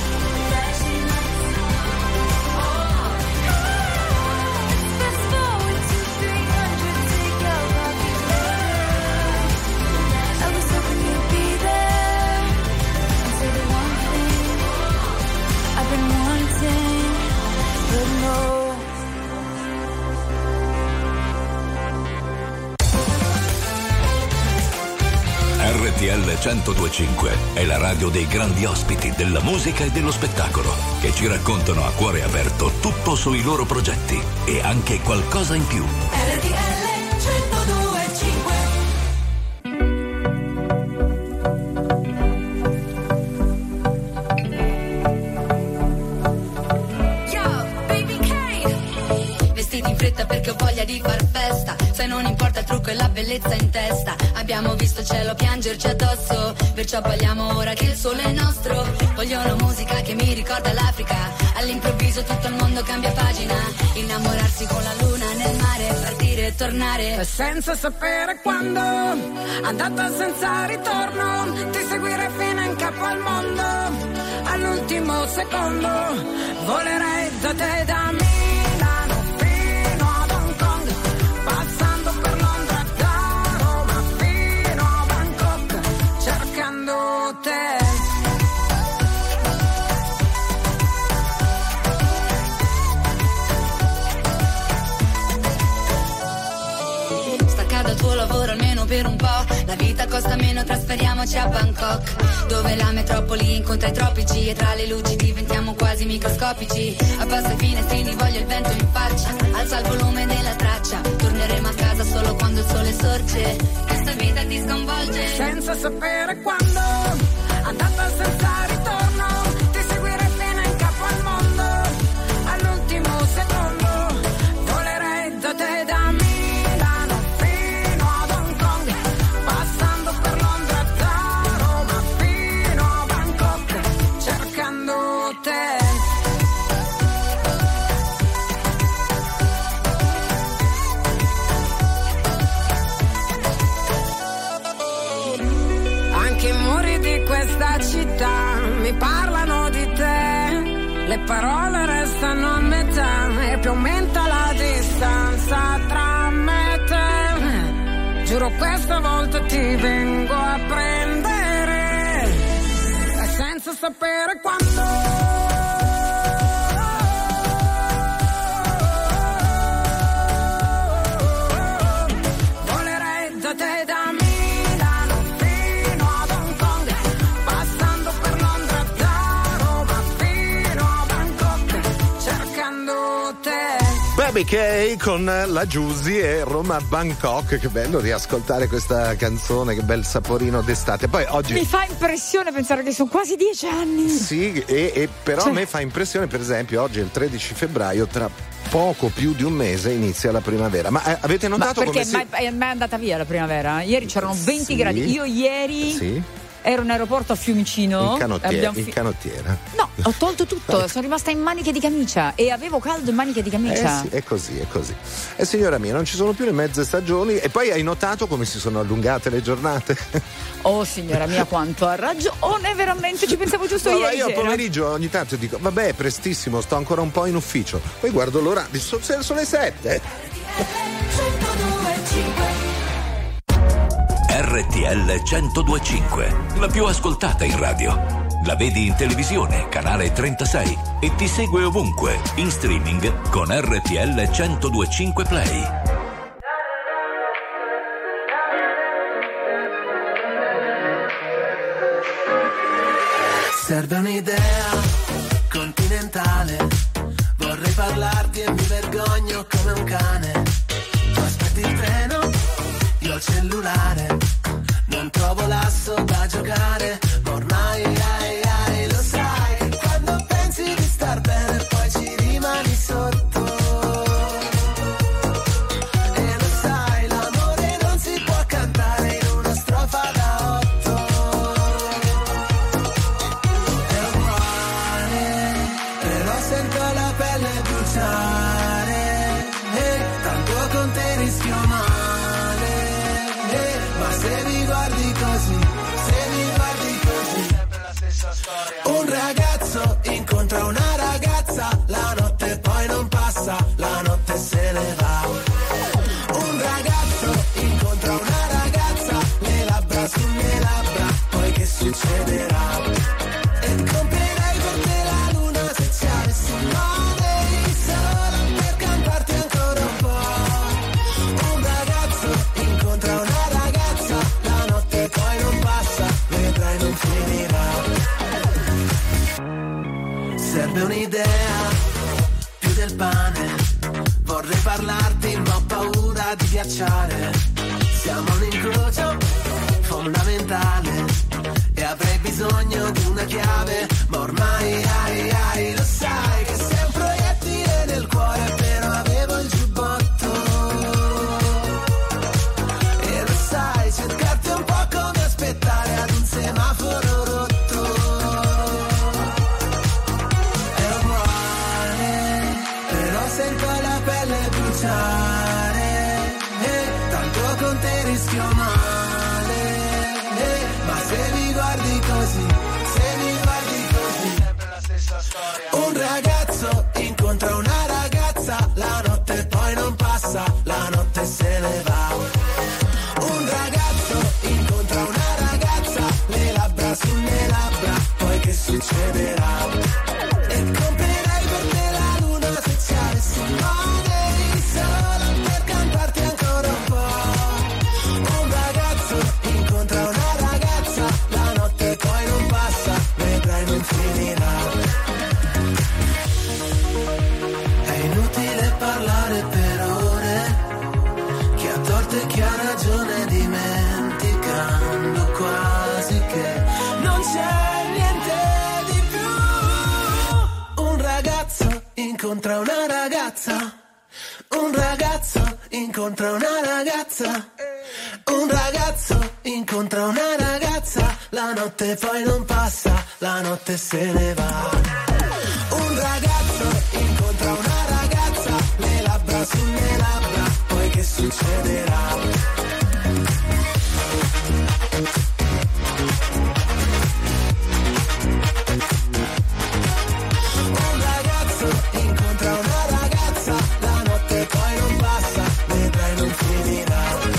Speaker 5: R T L centodue e cinque è la radio dei grandi ospiti della musica e dello spettacolo, che ci raccontano a cuore aperto tutto sui loro progetti e anche qualcosa in più.
Speaker 17: R T L centodue e cinque. Yo, baby K. Vestiti in fretta perché ho voglia di far festa. Se non importa il trucco e la bellezza in testa. Abbiamo visto il cielo piangerci addosso, perciò balliamo ora che il sole è nostro. Voglio una musica che mi ricorda l'Africa. All'improvviso tutto il mondo cambia pagina. Innamorarsi con la luna nel mare, partire e tornare
Speaker 19: senza sapere quando, andata senza ritorno, ti seguire fino in capo al mondo. All'ultimo secondo volerei da te, da Milano fino ad Hong Kong, passando per Londra, da Roma fino a Bangkok, cercando te.
Speaker 17: Dal tuo lavoro almeno per un po', la vita costa meno, trasferiamoci a Bangkok, dove la metropoli incontra i tropici e tra le luci diventiamo quasi microscopici. Abbassa i finestrini, voglio il vento in faccia, alza il volume della traccia, torneremo a casa solo quando il sole sorge, questa vita ti sconvolge
Speaker 19: senza sapere quando, andata senza ritorno, ti seguire fino in capo al mondo. All'ultimo secondo volerei da te, da città mi parlano di te, le parole restano a metà e più aumenta la distanza tra me e te. Giuro questa volta ti vengo a prendere e senza sapere quando.
Speaker 1: Baby K con la Giusy e Roma Bangkok. Che bello riascoltare questa canzone, che bel saporino d'estate. Poi oggi
Speaker 2: mi fa impressione pensare che sono quasi dieci anni.
Speaker 1: Sì, e, e però
Speaker 2: cioè...
Speaker 1: a me fa impressione, per esempio, oggi è il tredici febbraio, tra poco più di un mese inizia la primavera. Ma eh, avete notato
Speaker 2: Ma perché
Speaker 1: come
Speaker 2: mai, è mai andata via la primavera? Ieri c'erano venti
Speaker 1: sì.
Speaker 2: gradi. Io ieri
Speaker 1: sì.
Speaker 2: ero in aeroporto a Fiumicino.
Speaker 1: In canottiera.
Speaker 2: Abbiamo fi-
Speaker 1: in canottiera.
Speaker 2: No, ho tolto tutto, sono rimasta in maniche di camicia e avevo caldo in maniche di camicia.
Speaker 1: Eh sì, è così, è così. E signora mia, non ci sono più le mezze stagioni. E poi hai notato come si sono allungate le giornate?
Speaker 2: Oh signora mia, quanto ha ragione, veramente, ci pensavo giusto
Speaker 1: no,
Speaker 2: ieri
Speaker 1: io
Speaker 2: sera.
Speaker 1: al pomeriggio ogni tanto dico, vabbè è prestissimo, sto ancora un po' in ufficio. Poi guardo l'ora, sono le sette.
Speaker 5: R T L centodue e cinque, la più ascoltata in radio. La vedi in televisione, canale trentasei, e ti segue ovunque, in streaming con R T L centodue e cinque Play.
Speaker 3: Serve un'idea continentale, vorrei parlarti e mi vergogno come un cane. Tu aspetti il treno, io il cellulare, non trovo l'asso da giocare, ma ormai ai, ai, lo sai, quando pensi di star bene poi ci rimani sotto. E lo sai, l'amore non si può cantare in una strofa da otto. incontra una ragazza, la notte poi non passa, la notte se ne va. Un ragazzo incontra una ragazza, le labbra sulle labbra, poi che succederà? E comprerei per te la luna se ci avessi male, solo per cantarti ancora un po'. Un ragazzo incontra una ragazza, la notte poi non passa, vedrai non finirà. Serve un'idea, più del pane, vorrei parlarti ma ho paura di ghiacciare. Siamo un incrocio fondamentale e avrei bisogno di una chiave, ma ormai ai ai lo sai che sei un proiettile nel cuore, però avevo il giubbotto. E lo sai, cercarti è un po' come aspettare ad un semaforo rotto. È uguale, però sento la pelle bruciare, e tanto con te rischio male, e, ma se mi guardi così, se mi guardi così, sempre la stessa storia. Un ragazzo incontra una ragazza, la notte poi non passa, la notte se ne va. Un ragazzo incontra una ragazza, le labbra sulle labbra, poi che succederà? E comprerei per te la luna se ci avessi male, solo per cantarti ancora un po'. Un ragazzo incontra una ragazza, la notte poi non passa, vedrai non finirà. È inutile parlare per ore, chi ha torto e chi ha ragione, dimenticando quasi che non c'è niente di più. Un ragazzo incontra una ragazza, un ragazzo incontra una ragazza, un ragazzo incontra una ragazza, la notte poi non passa, la notte se ne va. Un ragazzo incontra una ragazza, le labbra sulle labbra, poi che succederà? Un ragazzo incontra una ragazza, la notte poi non passa, vedrai non finirà.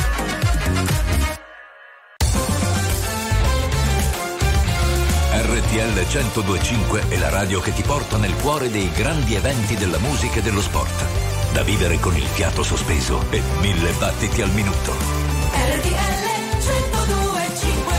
Speaker 5: R T L centodue e cinque è la radio che ti porta nel cuore dei grandi eventi della musica e dello sport. Da vivere con il fiato sospeso e mille battiti al minuto.
Speaker 17: R T L centodue e cinque.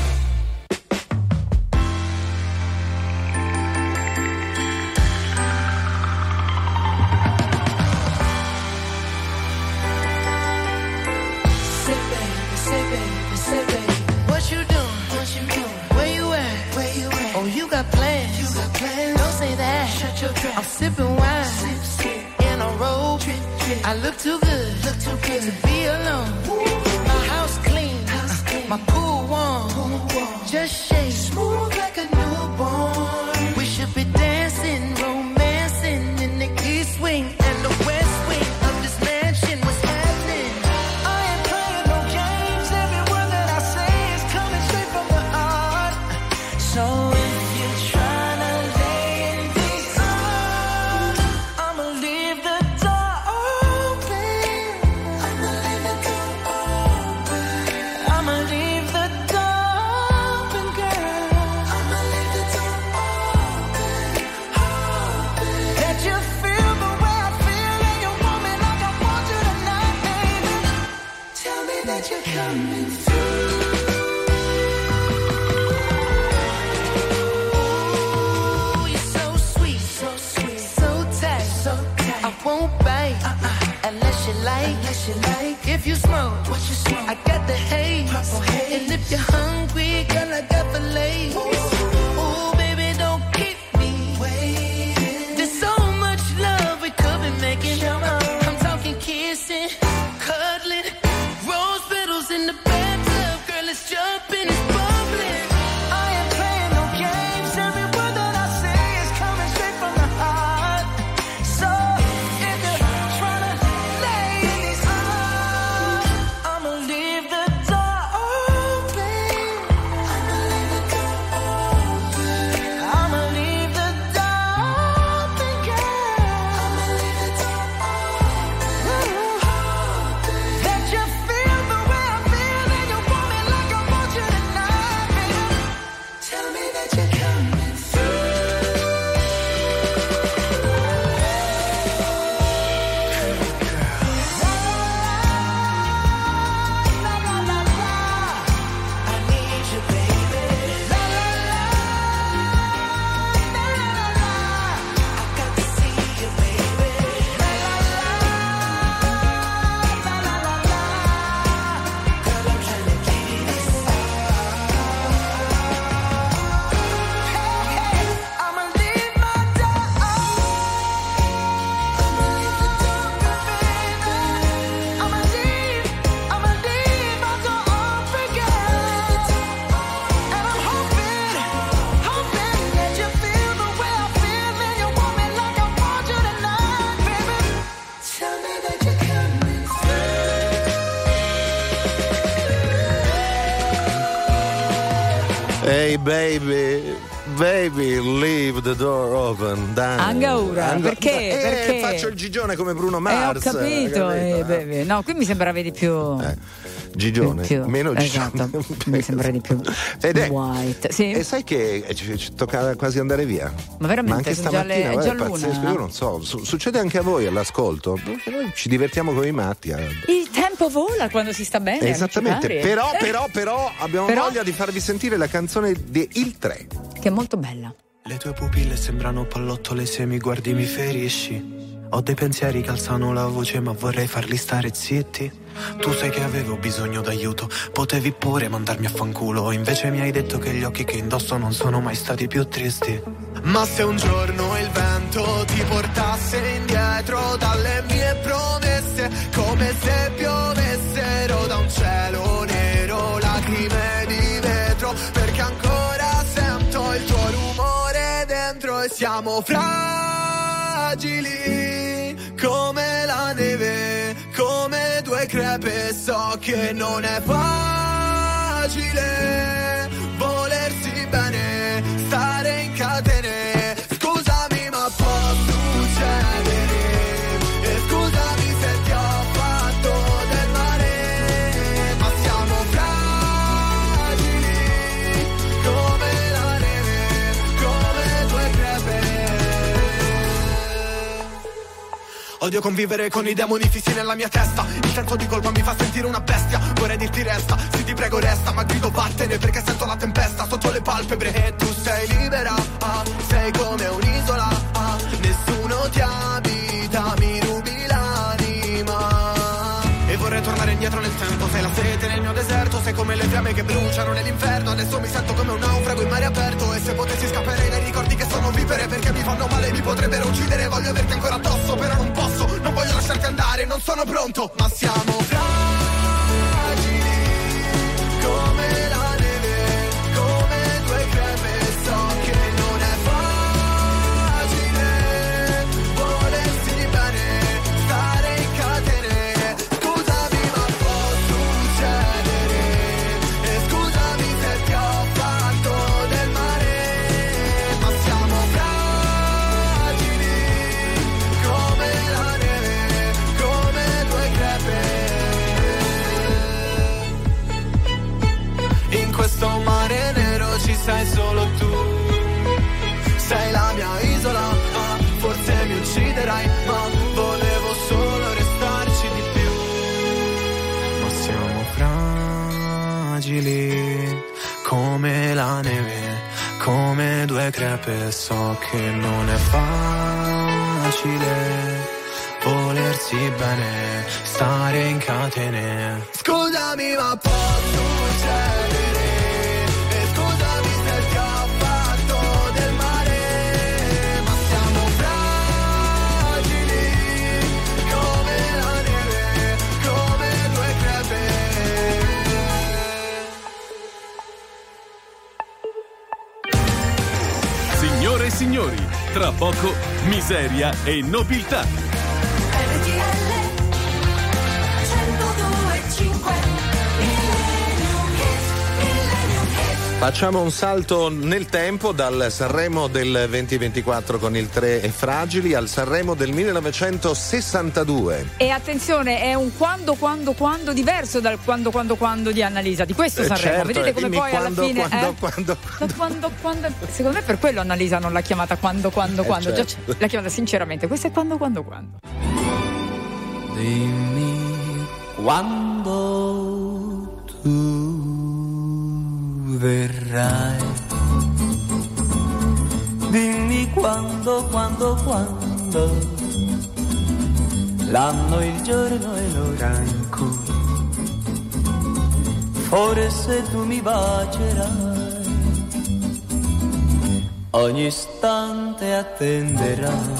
Speaker 3: Say baby, say baby, say baby, what you doing? What you doing? Where you at? Where you at? Oh, you got plans? You got plans? Don't say that. Shut your trap. I'm sipping wine, sip, sip. In a robe. Trip, trip. I look too good, look too good to be alone. Ooh. My house clean, house clean. My pool warm. Pool warm. Just shake smooth like a newborn. We should be dancing, romancing in the east wing and the west wing of this mansion. What's happening? I ain't playing no games. Every word that I say is coming straight from the heart. So if you're trying to lay in these arms, I'ma leave the door open. I'ma leave the door open. I'ma leave the door open, girl. I'ma leave the door open, open. That you feel the way I feel and you want me like I want you tonight, baby. Tell me that you're coming through. Ooh, you're so sweet, so sweet, so tight, so tight. I won't bite uh-uh. unless you like, unless you like. If you smoke, what you smoke? I got the haze. Purple haze. And if you're hungry, girl, I got the lace. Ooh, baby, don't keep me waiting. There's so much love we could be making. I'm talking kissing, cuddling, rose petals in the bathtub. Girl, it's jumping, it's bubbling. I ain't playing no games. Every word that I say is coming straight from the heart. So if you're trying to lay in these arms, I'ma leave the door open. I'ma leave the door open.
Speaker 1: Hey baby, baby, leave the door open. Dai.
Speaker 2: Angaura,
Speaker 1: Anga-
Speaker 2: perché?
Speaker 1: Eh,
Speaker 2: perché?
Speaker 1: Faccio il gigione come Bruno
Speaker 2: Eh, ho
Speaker 1: Mars.
Speaker 2: capito,
Speaker 1: capito?
Speaker 2: eh, baby. No, qui mi sembrava di più.
Speaker 1: Eh. Gigione,
Speaker 2: più, più.
Speaker 1: meno Gigione.
Speaker 2: Esatto, mi sembra di più.
Speaker 1: Ed è,
Speaker 2: White. Sì.
Speaker 1: E sai che ci, ci tocca quasi andare via?
Speaker 2: Ma veramente?
Speaker 1: Ma anche
Speaker 2: Sono già
Speaker 1: stamattina,
Speaker 2: le-
Speaker 1: guarda,
Speaker 2: già
Speaker 1: è pazzesco,
Speaker 2: l'una?
Speaker 1: io non so. Su- succede anche a voi all'ascolto? Perché noi ci divertiamo con i matti. eh.
Speaker 2: Il tempo vola quando si sta bene.
Speaker 1: Esattamente,
Speaker 2: amici cari.
Speaker 1: però,
Speaker 2: Eh,
Speaker 1: però, però abbiamo
Speaker 2: Però?
Speaker 1: voglia di farvi sentire la canzone di Il tre.
Speaker 2: Che è molto bella.
Speaker 4: Le tue pupille sembrano pallottole, se mi guardi mi ferisci. Ho dei pensieri che alzano la voce, ma vorrei farli stare zitti. Tu sai che avevo bisogno d'aiuto, potevi pure mandarmi a fanculo. Invece mi hai detto che gli occhi che indosso non sono mai stati più tristi. Ma se un giorno il vento ti portasse indietro dalle mie promesse, come se piovessero da un cielo nero lacrime di vetro, perché ancora sento il tuo rumore dentro e siamo fragili come la neve, come due crepe. So che non è facile volersi bene, stare in catene. Scusami ma può succedere, e scusami se ti ho fatto del male, ma siamo fragili come la neve, come due crepe. Odio convivere con i demoni fissi nella mia testa. Il senso di colpa mi fa sentire una bestia. Vorrei dirti resta, sì ti prego resta, ma grido vattene perché sento la tempesta sotto le palpebre. E tu sei libera, ah, sei come un'isola, ah, nessuno ti abita, mi rubi l'anima. E vorrei tornare indietro nel tempo, sei la sete nel mio deserto, sei come le fiamme che bruciano nell'inferno. Adesso mi sento come un naufrago in mare aperto, e se potessi scapperei dai ricordi che sono vivere, perché mi fanno male, mi potrebbero uccidere. Voglio averti ancora addosso, però non posso, non voglio lasciarti andare, non sono pronto. Ma siamo fragili come la neve, come due crepe. So che non è facile volersi bene, stare in catene. Scusami ma può succedere, e scusami se ti ho fatto del male, ma siamo fragili come la neve, come due crepe. In questo mare nero ci sei solo tu, sei la mia isola, ah, forse mi ucciderai, ma volevo solo restarci di più. Ma siamo fragili come la neve, come due crepe. So che non è facile volersi bene, stare in catene. Scusami ma può succedere, e scusami se ti ho fatto del male, ma siamo fragili come la neve, come due crepe.
Speaker 21: Signore e signori, tra poco miseria e nobiltà.
Speaker 1: Facciamo un salto nel tempo dal Sanremo del venti ventiquattro con il tre e Fragili al Sanremo del millenovecentosessantadue.
Speaker 2: E attenzione, è un quando, quando, quando diverso dal quando, quando, quando di Annalisa, di questo
Speaker 1: Eh,
Speaker 2: Sanremo.
Speaker 1: certo,
Speaker 2: Vedete
Speaker 1: eh,
Speaker 2: come
Speaker 1: dimmi
Speaker 2: poi
Speaker 1: quando,
Speaker 2: alla fine.
Speaker 1: quando,
Speaker 2: eh?
Speaker 1: quando,
Speaker 2: Ma quando, quando, secondo me per quello Annalisa non l'ha chiamata quando, quando,
Speaker 1: Eh,
Speaker 2: quando.
Speaker 1: certo.
Speaker 2: Già c- l'ha chiamata sinceramente. Questo è quando, quando, quando.
Speaker 3: Dimmi quando tu verrai. Dimmi quando, quando, quando. L'anno, il giorno e l'ora in cui forse tu mi bacerai. Ogni istante attenderai.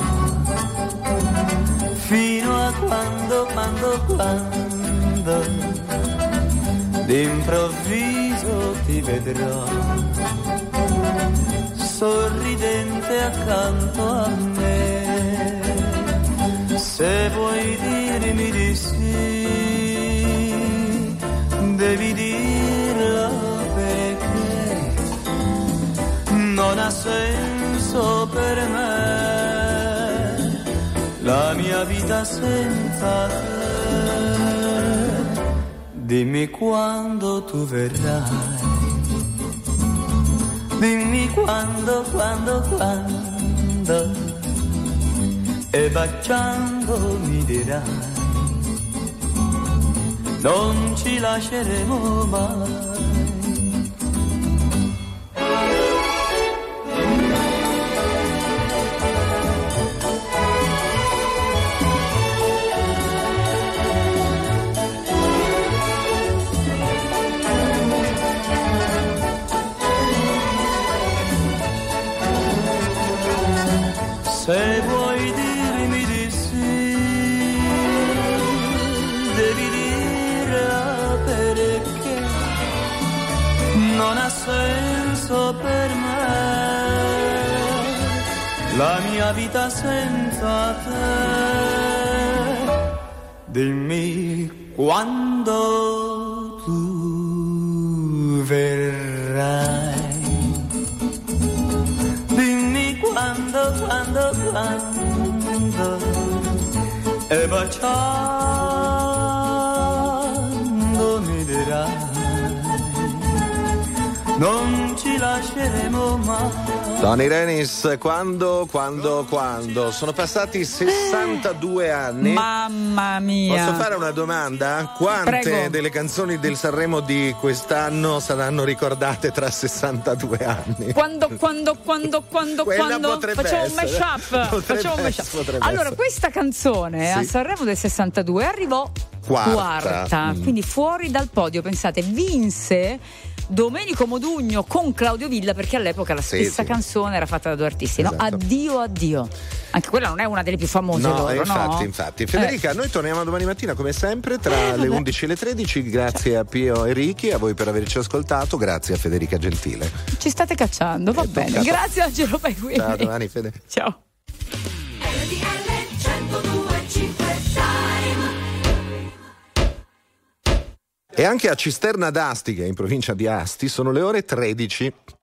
Speaker 3: Fino a quando, quando, quando d'improvviso ti vedrò sorridente accanto a me. Se vuoi dirmi di sì, devi dirlo perché
Speaker 7: per me la mia vita senza te. Dimmi quando tu verrai, dimmi quando, quando, quando, e baciando mi dirai non ci lasceremo mai. Se vuoi dirmi di sì, devi dire perché non ha senso per me la mia vita senza te. Dimmi quando tu verrai, quando, quando, quando, e baciando mi dirai non ci lasceremo mai.
Speaker 1: Tony Renis, quando, quando, quando? Sono passati sessantadue anni.
Speaker 2: Mamma mia.
Speaker 1: Posso fare una domanda? Quante
Speaker 2: Prego.
Speaker 1: delle canzoni del Sanremo di quest'anno saranno ricordate tra sessantadue anni?
Speaker 2: Quando, quando, quando, quando,
Speaker 1: Quella
Speaker 2: quando
Speaker 1: potrebbe
Speaker 2: facciamo un
Speaker 1: essere.
Speaker 2: mashup.
Speaker 1: Potrebbe
Speaker 2: Facciamo un
Speaker 1: essere,
Speaker 2: mashup.
Speaker 1: potrebbe
Speaker 2: Allora,
Speaker 1: essere.
Speaker 2: questa canzone
Speaker 1: Sì.
Speaker 2: a Sanremo del sessantadue arrivò
Speaker 1: Quarta.
Speaker 2: quarta,
Speaker 1: Mm.
Speaker 2: quindi fuori dal podio. Pensate, vinse Domenico Modugno con Claudio Villa, perché all'epoca la
Speaker 1: Sì,
Speaker 2: stessa
Speaker 1: sì.
Speaker 2: canzone era fatta da due artisti, no?
Speaker 1: Esatto.
Speaker 2: Addio, addio. Anche quella non è una delle più famose
Speaker 1: No,
Speaker 2: loro,
Speaker 1: infatti,
Speaker 2: no?
Speaker 1: infatti. Federica,
Speaker 2: Eh.
Speaker 1: noi torniamo domani mattina come sempre tra
Speaker 2: Eh,
Speaker 1: le
Speaker 2: vabbè.
Speaker 1: undici e le tredici. Grazie a Pio e Ricky, a voi per averci ascoltato. Grazie a Federica Gentile.
Speaker 2: Ci state cacciando, va bene.
Speaker 1: toccato.
Speaker 2: Grazie a Angelo Peguini.
Speaker 1: Ciao, domani Fede.
Speaker 2: Ciao.
Speaker 1: E anche a Cisterna d'Asti, che è in provincia di Asti, sono le ore tredici.